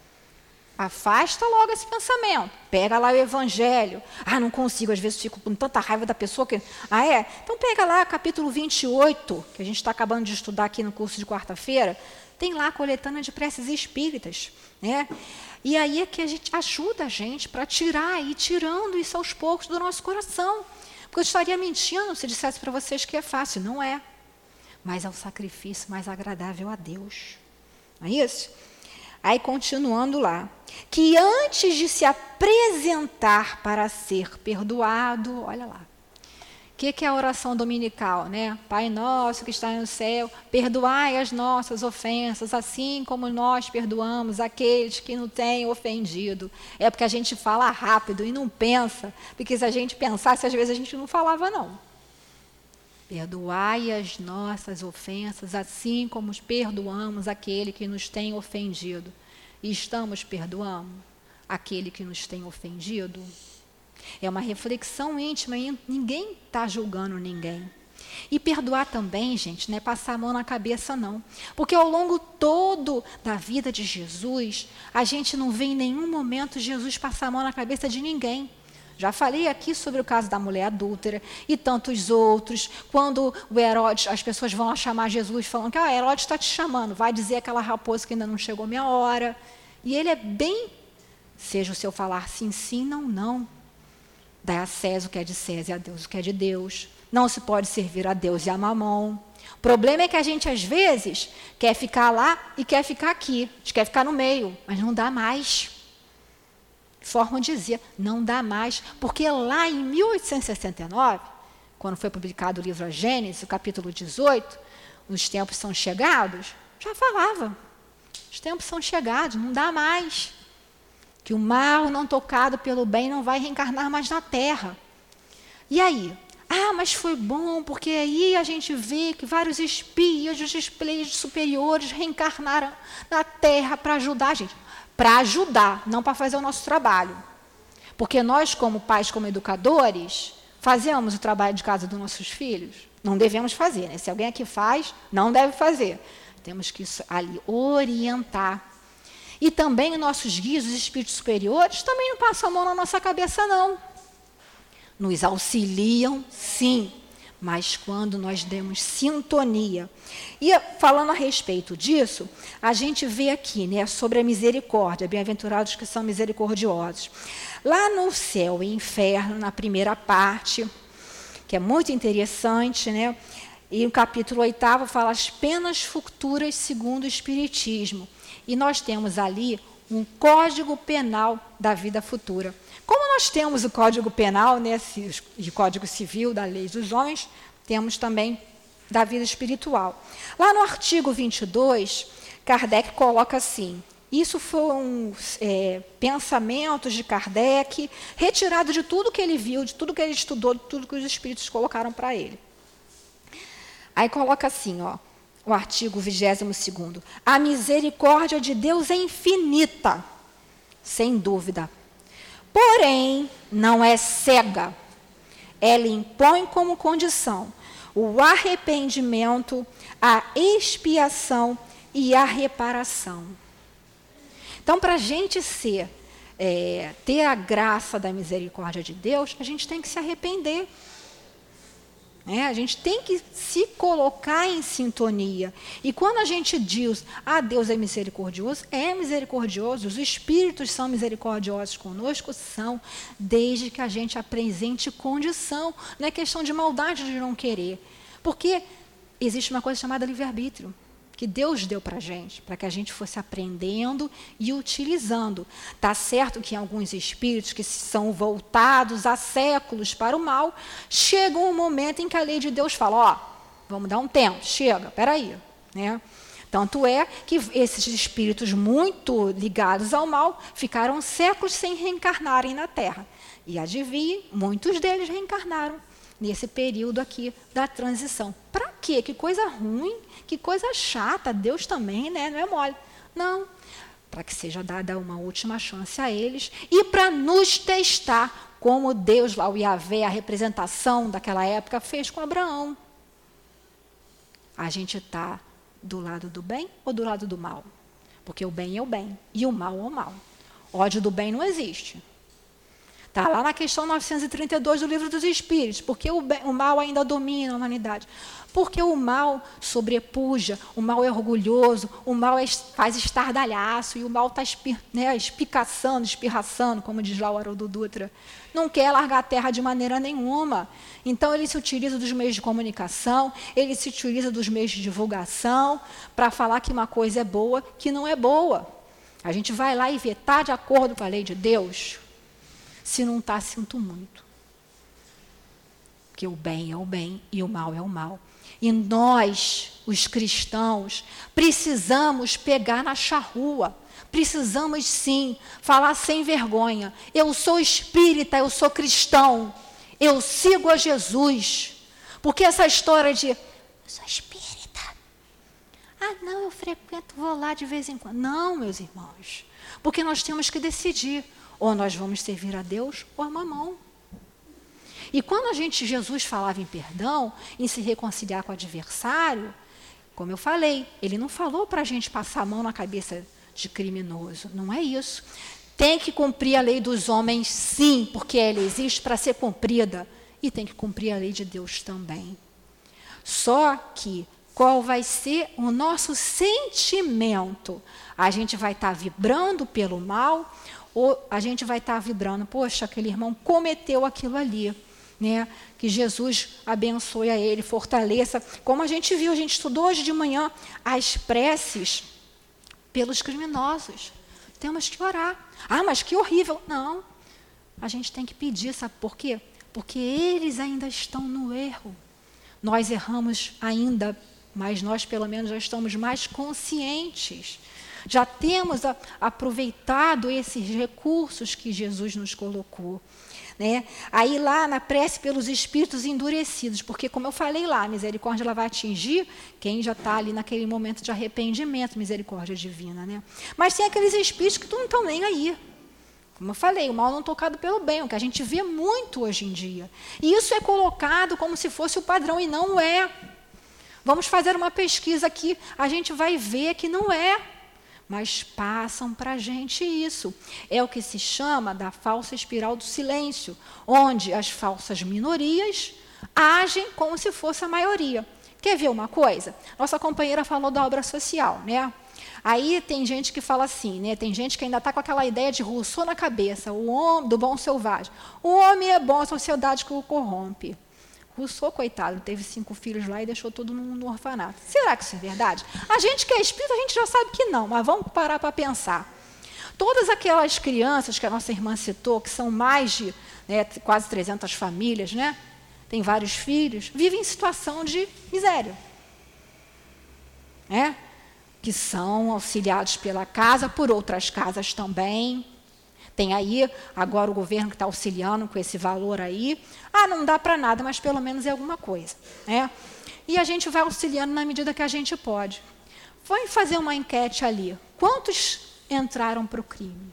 Afasta logo esse pensamento. Pega lá o evangelho. Ah, não consigo, às vezes fico com tanta raiva da pessoa que... Ah, é? Então pega lá capítulo vinte e oito, que a gente está acabando de estudar aqui no curso de quarta-feira. Tem lá a coletânea de preces espíritas, né? E aí é que a gente ajuda a gente para tirar e ir tirando isso aos poucos do nosso coração. Porque eu estaria mentindo se dissesse para vocês que é fácil. Não é. Mas é o sacrifício mais agradável a Deus. Não é isso? Aí, continuando lá, que antes de se apresentar para ser perdoado, olha lá, o que, que é a oração dominical, né? Pai nosso que está no céu, perdoai as nossas ofensas, assim como nós perdoamos aqueles que nos têm ofendido. É porque a gente fala rápido e não pensa, porque se a gente pensasse, às vezes a gente não falava, não. Perdoai as nossas ofensas, assim como perdoamos aquele que nos tem ofendido. E estamos perdoando aquele que nos tem ofendido? É uma reflexão íntima e ninguém está julgando ninguém. E perdoar também, gente, não é passar a mão na cabeça, não. Porque ao longo todo da vida de Jesus, a gente não vê em nenhum momento Jesus passar a mão na cabeça de ninguém. Já falei aqui sobre o caso da mulher adúltera e tantos outros. Quando o Herodes, as pessoas vão lá chamar Jesus falando que ah, Herodes está te chamando, vai dizer aquela raposa que ainda não chegou a minha hora. E ele é bem, seja o seu falar sim, sim, não, não. Dá a César o que é de César e a Deus o que é de Deus. Não se pode servir a Deus e a Mamon. O problema é que a gente, às vezes, quer ficar lá e quer ficar aqui. A gente quer ficar no meio, mas não dá mais. Forma de dizer, não dá mais, porque lá em mil oitocentos e sessenta e nove, quando foi publicado o livro A Gênesis, o capítulo dezoito, os tempos são chegados, já falava, os tempos são chegados, não dá mais, que o mal não tocado pelo bem não vai reencarnar mais na Terra. E aí? Ah, mas foi bom, porque aí a gente vê que vários espias dos espíritos superiores reencarnaram na Terra para ajudar a gente. Para ajudar, não para fazer o nosso trabalho. Porque nós, como pais, como educadores, fazemos o trabalho de casa dos nossos filhos? Não devemos fazer, né? Se alguém aqui faz, não deve fazer. Temos que ali orientar. E também nossos guias, os espíritos superiores, também não passam a mão na nossa cabeça, não. Nos auxiliam, sim, mas quando nós demos sintonia. E falando a respeito disso, a gente vê aqui, né, sobre a misericórdia, bem-aventurados que são misericordiosos. Lá no céu e inferno, na primeira parte, que é muito interessante, né, e o capítulo oitavo fala as penas futuras segundo o Espiritismo. E nós temos ali um código penal da vida futura. Como nós temos o Código Penal, né, e o Código Civil da Lei dos Homens, temos também da vida espiritual. Lá no artigo vinte e dois, Kardec coloca assim, isso foram é, pensamentos de Kardec, retirado de tudo que ele viu, de tudo que ele estudou, de tudo que os espíritos colocaram para ele. Aí coloca assim, ó, o artigo vigésimo segundo, a misericórdia de Deus é infinita, sem dúvida. Porém, não é cega. Ela impõe como condição o arrependimento, a expiação e a reparação. Então, para a gente ser, é, ter a graça da misericórdia de Deus, a gente tem que se arrepender. É, a gente tem que se colocar em sintonia. E quando a gente diz, ah, Deus é misericordioso, é misericordioso, os espíritos são misericordiosos conosco, são, desde que a gente apresente condição. Não é questão de maldade de não querer. Porque existe uma coisa chamada livre-arbítrio, que Deus deu para a gente, para que a gente fosse aprendendo e utilizando. Está certo que em alguns espíritos que são voltados há séculos para o mal, chega um momento em que a lei de Deus fala, ó, vamos dar um tempo, chega, peraí. Né? Tanto é que esses espíritos muito ligados ao mal ficaram séculos sem reencarnarem na Terra. E adivinhe, muitos deles reencarnaram nesse período aqui da transição. Para quê? Que coisa ruim, que coisa chata, Deus também, né? Não é mole. Não, para que seja dada uma última chance a eles e para nos testar, como Deus lá, o Yahvé, a representação daquela época, fez com Abraão. A gente está do lado do bem ou do lado do mal? Porque o bem é o bem e o mal é o mal. Ódio do bem não existe. Está lá na questão novecentos e trinta e dois do Livro dos Espíritos. Porque o, bem, o mal ainda domina a humanidade. Porque o mal sobrepuja, o mal é orgulhoso, o mal é, faz estardalhaço, e o mal está espi, né, espicaçando, espirraçando, como diz lá o Haroldo Dutra. Não quer largar a terra de maneira nenhuma. Então, ele se utiliza dos meios de comunicação, ele se utiliza dos meios de divulgação para falar que uma coisa é boa, que não é boa. A gente vai lá e vê, está de acordo com a lei de Deus? Se não está, sinto muito. Porque o bem é o bem e o mal é o mal. E nós, os cristãos, precisamos pegar na charrua. Precisamos, sim, falar sem vergonha. Eu sou espírita, eu sou cristão. Eu sigo a Jesus. Porque essa história de, eu sou espírita. Ah, não, eu frequento, vou lá de vez em quando. Não, meus irmãos. Porque nós temos que decidir. Ou nós vamos servir a Deus ou a mamão. E quando a gente, Jesus falava em perdão, em se reconciliar com o adversário, como eu falei, ele não falou para a gente passar a mão na cabeça de criminoso. Não é isso. Tem que cumprir a lei dos homens, sim, porque ela existe para ser cumprida. E tem que cumprir a lei de Deus também. Só que, qual vai ser o nosso sentimento? A gente vai estar vibrando pelo mal, ou a gente vai estar vibrando, poxa, aquele irmão cometeu aquilo ali. Né? Que Jesus abençoe a ele, fortaleça. Como a gente viu, a gente estudou hoje de manhã, as preces pelos criminosos. Temos que orar. Ah, mas que horrível. Não, a gente tem que pedir, sabe por quê? Porque eles ainda estão no erro. Nós erramos ainda, mas nós pelo menos já estamos mais conscientes. Já temos a, aproveitado esses recursos que Jesus nos colocou. Né? Aí lá na prece pelos espíritos endurecidos, porque como eu falei lá, a misericórdia ela vai atingir quem já está ali naquele momento de arrependimento, misericórdia divina. Né? Mas tem aqueles espíritos que não estão nem aí. Como eu falei, o mal não tocado pelo bem, o que a gente vê muito hoje em dia. E isso é colocado como se fosse o padrão, e não é. Vamos fazer uma pesquisa aqui, a gente vai ver que não é. Mas passam para a gente isso. É o que se chama da falsa espiral do silêncio, onde as falsas minorias agem como se fosse a maioria. Quer ver uma coisa? Nossa companheira falou da obra social, né? Aí tem gente que fala assim, né? Tem gente que ainda está com aquela ideia de Rousseau na cabeça, o homem do bom selvagem. O homem é bom, a sociedade que o corrompe. Rousseau, coitado, teve cinco filhos lá e deixou tudo no, no orfanato. Será que isso é verdade? A gente que é espírita, a gente já sabe que não, mas vamos parar para pensar. Todas aquelas crianças que a nossa irmã citou, que são mais de né, quase trezentas famílias, né, tem vários filhos, vivem em situação de miséria. Né, que são auxiliados pela casa, por outras casas também. Tem aí, agora o governo que está auxiliando com esse valor aí. Ah, não dá para nada, mas pelo menos é alguma coisa. Né? E a gente vai auxiliando na medida que a gente pode. Vamos fazer uma enquete ali. Quantos entraram para o crime?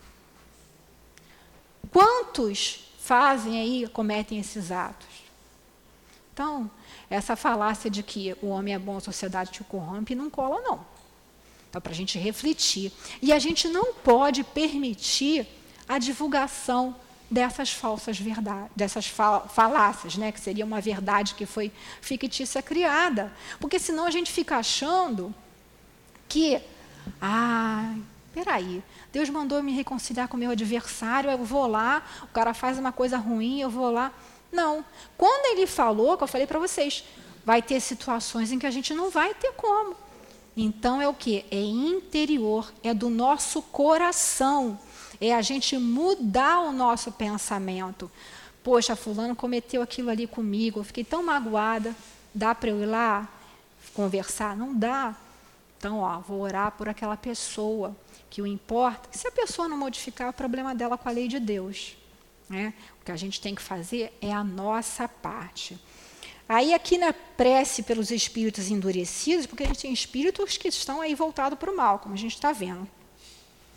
Quantos fazem aí, cometem esses atos? Então, essa falácia de que o homem é bom, a sociedade te corrompe, não cola, não. Então, para a gente refletir. E a gente não pode permitir a divulgação dessas falsas verdades, dessas falácias, né, que seria uma verdade que foi fictícia criada. Porque senão a gente fica achando que, ah, peraí, Deus mandou eu me reconciliar com o meu adversário, eu vou lá, o cara faz uma coisa ruim, eu vou lá. Não. Quando ele falou, que eu falei para vocês, vai ter situações em que a gente não vai ter como. Então é o quê? É interior, é do nosso coração. É a gente mudar o nosso pensamento. Poxa, fulano cometeu aquilo ali comigo, eu fiquei tão magoada, dá para eu ir lá conversar? Não dá. Então, ó, vou orar por aquela pessoa, que o importa, que se a pessoa não modificar, é o problema dela com a lei de Deus. Né? O que a gente tem que fazer é a nossa parte. Aí aqui na prece pelos espíritos endurecidos, porque a gente tem espíritos que estão aí voltados para o mal, como a gente está vendo.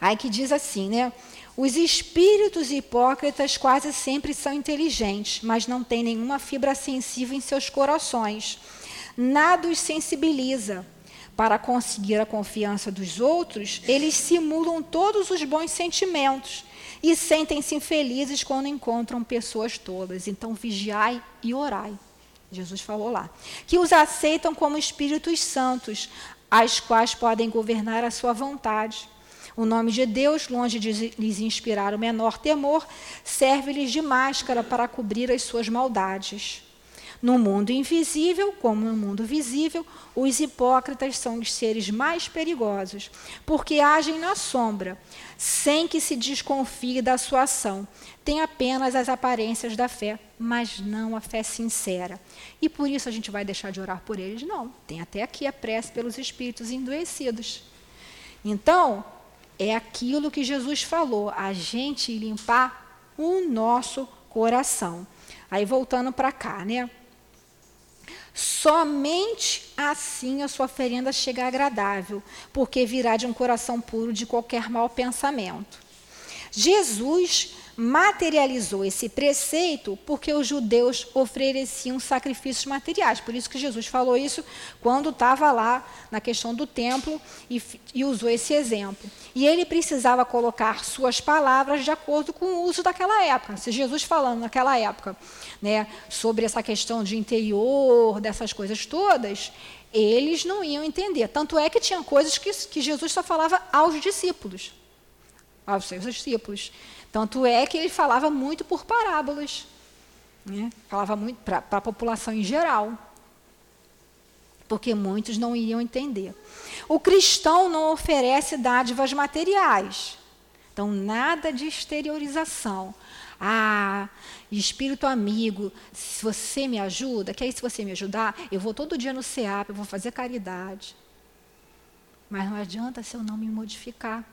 Aí que diz assim, né? Os espíritos hipócritas quase sempre são inteligentes, mas não têm nenhuma fibra sensível em seus corações. Nada os sensibiliza. Para conseguir a confiança dos outros, eles simulam todos os bons sentimentos e sentem-se infelizes quando encontram pessoas tolas. Então, vigiai e orai. Jesus falou lá. Que os aceitam como espíritos santos, as quais podem governar a sua vontade. O nome de Deus, longe de lhes inspirar o menor temor, serve-lhes de máscara para cobrir as suas maldades. No mundo invisível, como no mundo visível, os hipócritas são os seres mais perigosos, porque agem na sombra, sem que se desconfie da sua ação. Tem apenas as aparências da fé, mas não a fé sincera. E por isso a gente vai deixar de orar por eles? Não. Tem até aqui a prece pelos espíritos endoecidos. Então, é aquilo que Jesus falou, a gente limpar o nosso coração. Aí, voltando para cá, né? Somente assim a sua oferenda chega agradável, porque virá de um coração puro de qualquer mau pensamento. Jesus materializou esse preceito porque os judeus ofereciam sacrifícios materiais. Por isso que Jesus falou isso quando estava lá na questão do templo e, e usou esse exemplo. E ele precisava colocar suas palavras de acordo com o uso daquela época. Se Jesus falando naquela época, né, sobre essa questão de interior, dessas coisas todas, eles não iam entender. Tanto é que tinha coisas que, que Jesus só falava aos discípulos. Aos seus discípulos. Tanto é que ele falava muito por parábolas, né? Falava muito para a população em geral, porque muitos não iriam entender. O cristão não oferece dádivas materiais, então nada de exteriorização. Ah, espírito amigo, se você me ajuda, que aí se você me ajudar, eu vou todo dia no C E A P, eu vou fazer caridade. Mas não adianta se eu não me modificar.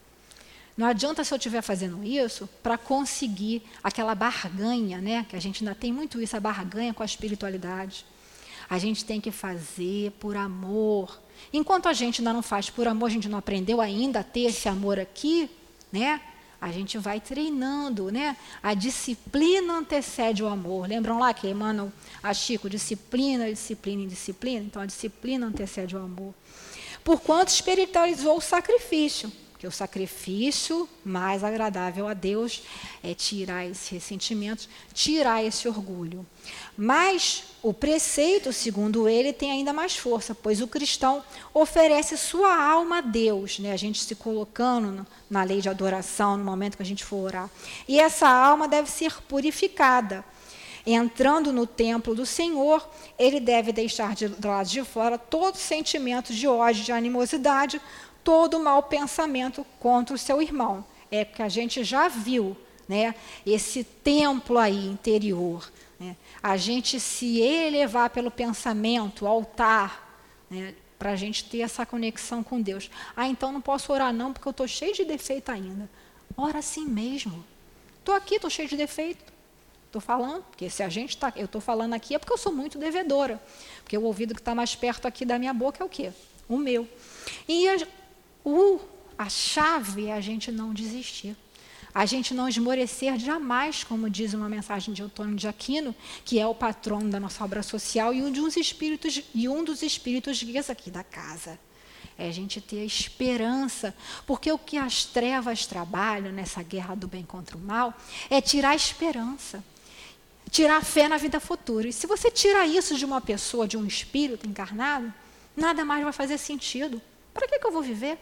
Não adianta se eu estiver fazendo isso para conseguir aquela barganha, né? Que a gente ainda tem muito isso, a barganha com a espiritualidade. A gente tem que fazer por amor. Enquanto a gente ainda não faz por amor, a gente não aprendeu ainda a ter esse amor aqui, né? A gente vai treinando, né? A disciplina antecede o amor. Lembram lá que Emmanuel, a Chico, disciplina, disciplina e disciplina? Então, a disciplina antecede o amor. Porquanto espiritualizou o sacrifício. Que o sacrifício mais agradável a Deus é tirar esses ressentimentos, tirar esse orgulho. Mas o preceito, segundo ele, tem ainda mais força, pois o cristão oferece sua alma a Deus, né? A gente se colocando no, na lei de adoração, no momento que a gente for orar. E essa alma deve ser purificada. Entrando no templo do Senhor, ele deve deixar de, do lado de fora todos os sentimentos de ódio, de animosidade, todo mau pensamento contra o seu irmão. É porque a gente já viu, né, esse templo aí interior. Né, a gente se elevar pelo pensamento, altar, né, para a gente ter essa conexão com Deus. Ah, então não posso orar não, porque eu estou cheio de defeito ainda. Ora assim mesmo. Estou aqui, estou cheio de defeito. Estou falando, porque se a gente está... Eu estou falando aqui é porque eu sou muito devedora. Porque o ouvido que está mais perto aqui da minha boca é o quê? O meu. E a, o, a chave é a gente não desistir. A gente não esmorecer jamais, como diz uma mensagem de Antônio de Aquino, que é o patrono da nossa obra social e um dos espíritos, e um dos espíritos guias aqui da casa. É a gente ter a esperança, porque o que as trevas trabalham nessa guerra do bem contra o mal é tirar a esperança, tirar a fé na vida futura. E se você tira isso de uma pessoa, de um espírito encarnado, nada mais vai fazer sentido. Para que que eu vou viver?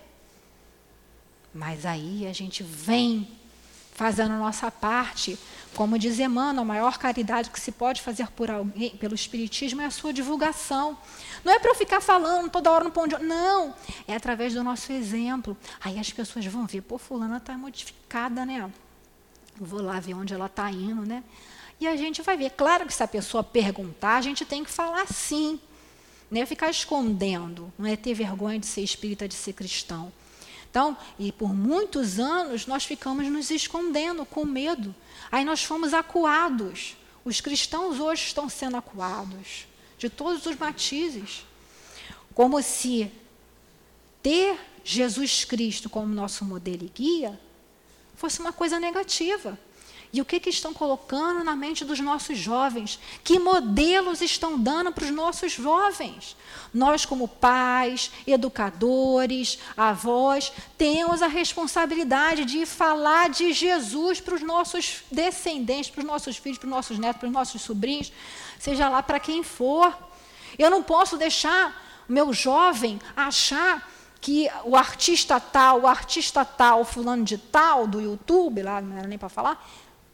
Mas aí a gente vem fazendo a nossa parte. Como diz Emmanuel, a maior caridade que se pode fazer por alguém, pelo Espiritismo, é a sua divulgação. Não é para eu ficar falando toda hora no pão de ouro. Não, é através do nosso exemplo. Aí as pessoas vão ver, pô, fulana está modificada, né? Eu vou lá ver onde ela está indo, né? E a gente vai ver. Claro que se a pessoa perguntar, a gente tem que falar sim. Não é ficar escondendo, não é ter vergonha de ser espírita, de ser cristão. Então, e por muitos anos, nós ficamos nos escondendo, com medo. Aí nós fomos acuados. Os cristãos hoje estão sendo acuados, de todos os matizes. Como se ter Jesus Cristo como nosso modelo e guia, fosse uma coisa negativa. E o que, que estão colocando na mente dos nossos jovens? Que modelos estão dando para os nossos jovens? Nós, como pais, educadores, avós, temos a responsabilidade de falar de Jesus para os nossos descendentes, para os nossos filhos, para os nossos netos, para os nossos sobrinhos, seja lá para quem for. Eu não posso deixar o meu jovem achar que o artista tal, o artista tal, fulano de tal, do YouTube, lá não era nem para falar,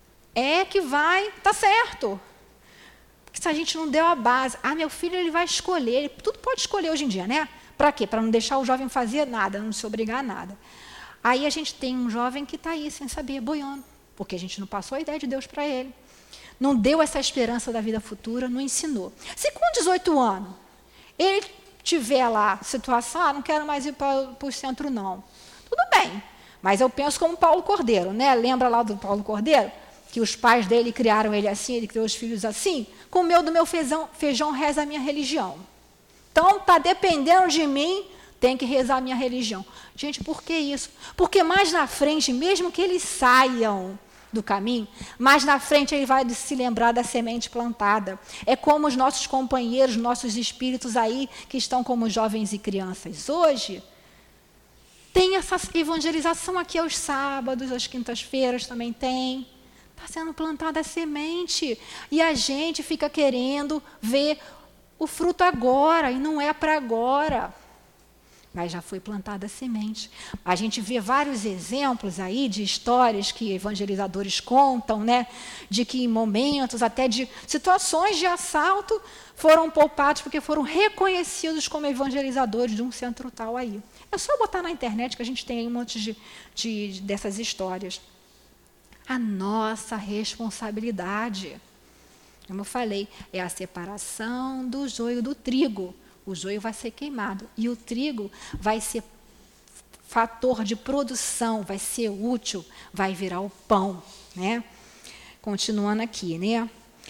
é que vai, tá certo. Porque se a gente não deu a base, ah, meu filho ele vai escolher, ele, tudo pode escolher hoje em dia, né? Para quê? Para não deixar o jovem fazer nada, não se obrigar a nada. Aí a gente tem um jovem que está aí sem saber, boiando, porque a gente não passou a ideia de Deus para ele. Não deu essa esperança da vida futura, não ensinou. Se com dezoito anos ele tiver lá situação, ah, não quero mais ir para o centro não. Tudo bem, mas eu penso como Paulo Cordeiro, né? Lembra lá do Paulo Cordeiro? Que os pais dele criaram ele assim, ele criou os filhos assim, comeu do meu feijão, feijão reza a minha religião. Então, está dependendo de mim, tem que rezar a minha religião. Gente, por que isso? Porque mais na frente, mesmo que eles saiam do caminho, mais na frente ele vai se lembrar da semente plantada. É como os nossos companheiros, nossos espíritos aí, que estão como jovens e crianças hoje, tem essa evangelização aqui aos sábados, às quintas-feiras também tem. Está sendo plantada a semente. E a gente fica querendo ver o fruto agora, e não é para agora. Mas já foi plantada a semente. A gente vê vários exemplos aí de histórias que evangelizadores contam, né? De que em momentos, até de situações de assalto, foram poupados porque foram reconhecidos como evangelizadores de um centro tal aí. É só botar na internet que a gente tem aí um monte de, de, dessas histórias. A nossa responsabilidade, como eu falei, é a separação do joio do trigo. O joio vai ser queimado e o trigo vai ser fator de produção, vai ser útil, vai virar o pão, né? Continuando aqui, né?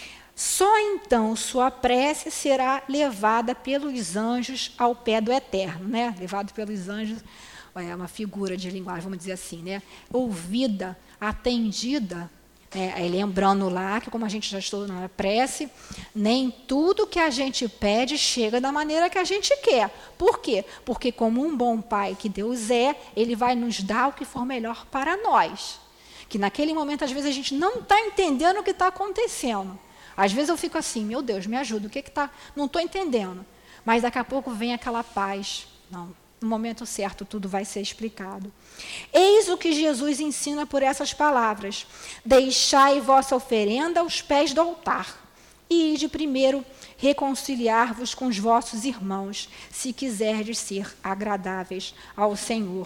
Só então sua prece será levada pelos anjos ao pé do Eterno, né? Levado pelos anjos, é uma figura de linguagem, vamos dizer assim, né? Ouvida, atendida, né? Lembrando lá que, como a gente já estudou na prece, nem tudo que a gente pede chega da maneira que a gente quer. Por quê? Porque, como um bom pai que Deus é, Ele vai nos dar o que for melhor para nós. Que naquele momento, às vezes, a gente não está entendendo o que está acontecendo. Às vezes eu fico assim, meu Deus, me ajuda, o que está... Não estou entendendo. Mas daqui a pouco vem aquela paz. Não, no momento certo tudo vai ser explicado. Eis o que Jesus ensina por essas palavras. Deixai vossa oferenda aos pés do altar. E ide primeiro reconciliar-vos com os vossos irmãos, se quiserdes ser agradáveis ao Senhor.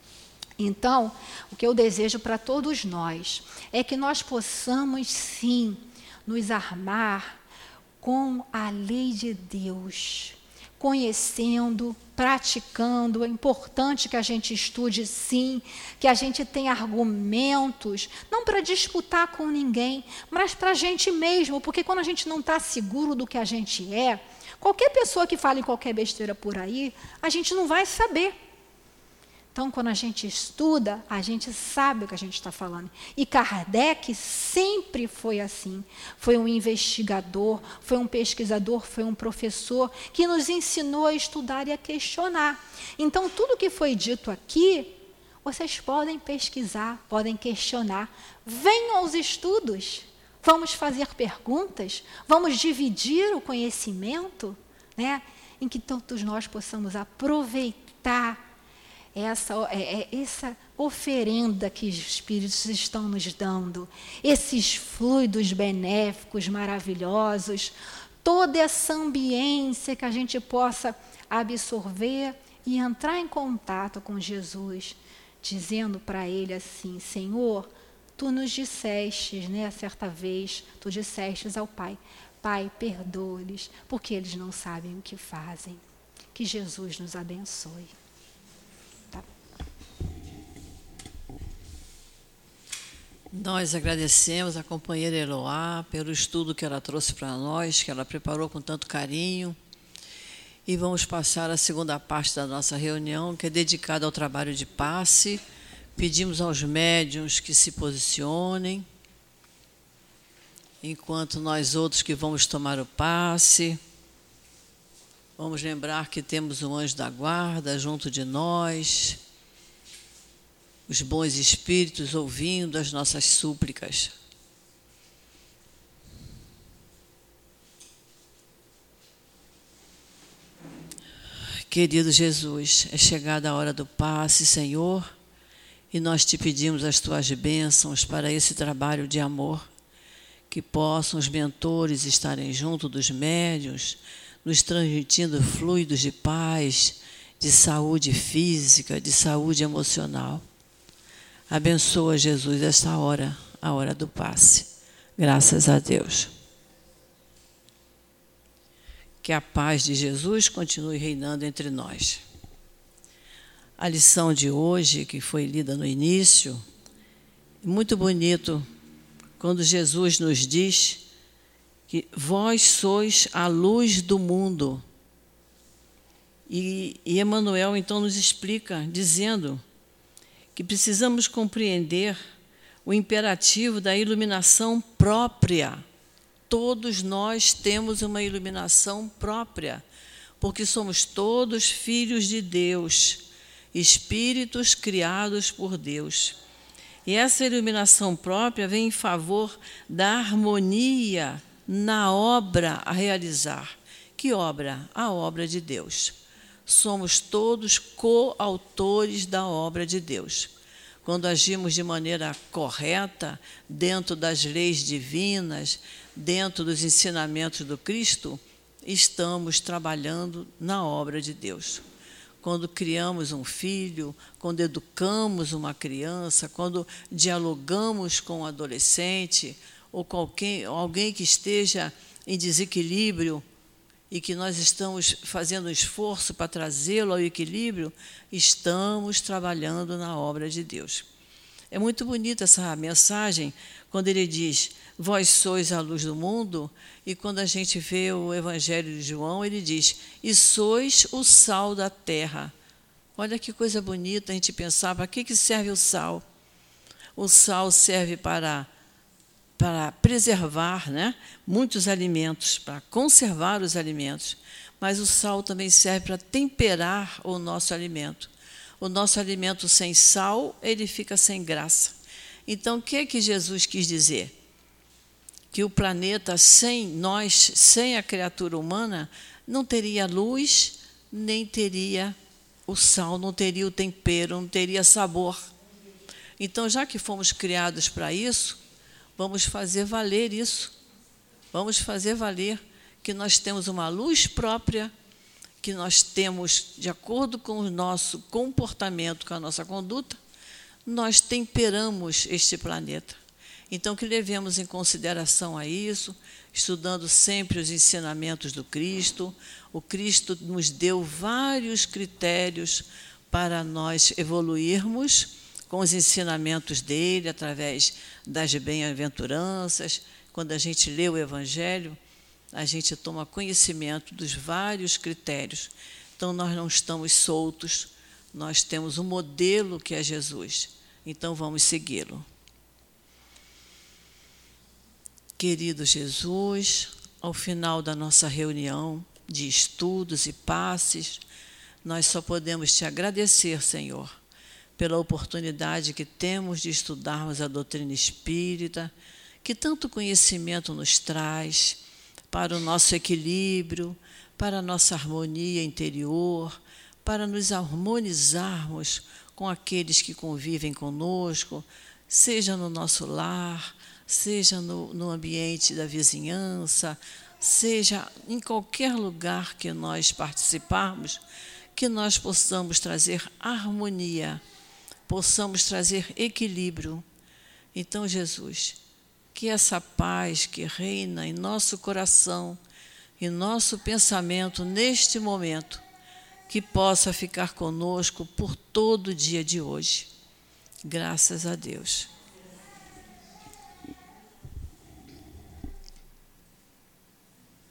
Então, o que eu desejo para todos nós é que nós possamos, sim, nos armar com a lei de Deus, conhecendo, praticando. É importante que a gente estude, sim, que a gente tenha argumentos, não para disputar com ninguém, mas para a gente mesmo, porque quando a gente não está seguro do que a gente é, qualquer pessoa que fale qualquer besteira por aí, a gente não vai saber. Então, quando a gente estuda, a gente sabe o que a gente está falando. E Kardec sempre foi assim. Foi um investigador, foi um pesquisador, foi um professor que nos ensinou a estudar e a questionar. Então, tudo que foi dito aqui, vocês podem pesquisar, podem questionar. Venham aos estudos, vamos fazer perguntas, vamos dividir o conhecimento, né? Em que todos nós possamos aproveitar Essa, é, é, essa oferenda que os Espíritos estão nos dando, esses fluidos benéficos, maravilhosos, toda essa ambiência que a gente possa absorver e entrar em contato com Jesus, dizendo para Ele assim, Senhor, Tu nos dissestes, né, certa vez, Tu dissestes ao Pai, Pai, perdoa-lhes, porque eles não sabem o que fazem. Que Jesus nos abençoe. Nós agradecemos a companheira Eloá pelo estudo que ela trouxe para nós, que ela preparou com tanto carinho. E vamos passar a segunda parte da nossa reunião, que é dedicada ao trabalho de passe. Pedimos aos médiuns que se posicionem, enquanto nós outros que vamos tomar o passe. Vamos lembrar que temos um anjo da guarda junto de nós, os bons espíritos ouvindo as nossas súplicas. Querido Jesus, é chegada a hora do passe, Senhor, e nós te pedimos as tuas bênçãos para esse trabalho de amor, que possam os mentores estarem junto dos médiuns, nos transmitindo fluidos de paz, de saúde física, de saúde emocional. Abençoa, Jesus, esta hora, a hora do passe. Graças a Deus. Que a paz de Jesus continue reinando entre nós. A lição de hoje, que foi lida no início, é muito bonito quando Jesus nos diz que vós sois a luz do mundo. E, e Emmanuel então nos explica, dizendo que precisamos compreender o imperativo da iluminação própria. Todos nós temos uma iluminação própria, porque somos todos filhos de Deus, espíritos criados por Deus. E essa iluminação própria vem em favor da harmonia na obra a realizar. Que obra? A obra de Deus. Somos todos coautores da obra de Deus. Quando agimos de maneira correta, dentro das leis divinas, dentro dos ensinamentos do Cristo, estamos trabalhando na obra de Deus. Quando criamos um filho, quando educamos uma criança, quando dialogamos com um adolescente ou com alguém, alguém que esteja em desequilíbrio e que nós estamos fazendo um esforço para trazê-lo ao equilíbrio, estamos trabalhando na obra de Deus. É muito bonita essa mensagem, quando ele diz, vós sois a luz do mundo, e quando a gente vê o Evangelho de João, ele diz, e sois o sal da terra. Olha que coisa bonita a gente pensar, para que, que serve o sal? O sal serve para, para preservar, né, muitos alimentos, para conservar os alimentos, mas o sal também serve para temperar o nosso alimento. O nosso alimento sem sal, ele fica sem graça. Então, o que é que Jesus quis dizer? Que o planeta sem nós, sem a criatura humana, não teria luz, nem teria o sal, não teria o tempero, não teria sabor. Então, já que fomos criados para isso, vamos fazer valer isso. Vamos fazer valer que nós temos uma luz própria, que nós temos, de acordo com o nosso comportamento, com a nossa conduta, nós temperamos este planeta. Então, que levemos em consideração a isso, estudando sempre os ensinamentos do Cristo. O Cristo nos deu vários critérios para nós evoluirmos com os ensinamentos dele, através das bem-aventuranças. Quando a gente lê o Evangelho, a gente toma conhecimento dos vários critérios. Então, nós não estamos soltos, nós temos um modelo que é Jesus. Então, vamos segui-lo. Querido Jesus, ao final da nossa reunião de estudos e passes, nós só podemos te agradecer, Senhor, pela oportunidade que temos de estudarmos a doutrina espírita, que tanto conhecimento nos traz para o nosso equilíbrio, para a nossa harmonia interior, para nos harmonizarmos com aqueles que convivem conosco, seja no nosso lar, seja no, no ambiente da vizinhança, seja em qualquer lugar que nós participarmos, que nós possamos trazer harmonia, possamos trazer equilíbrio. Então, Jesus, que essa paz que reina em nosso coração, em nosso pensamento neste momento, que possa ficar conosco por todo o dia de hoje. Graças a Deus.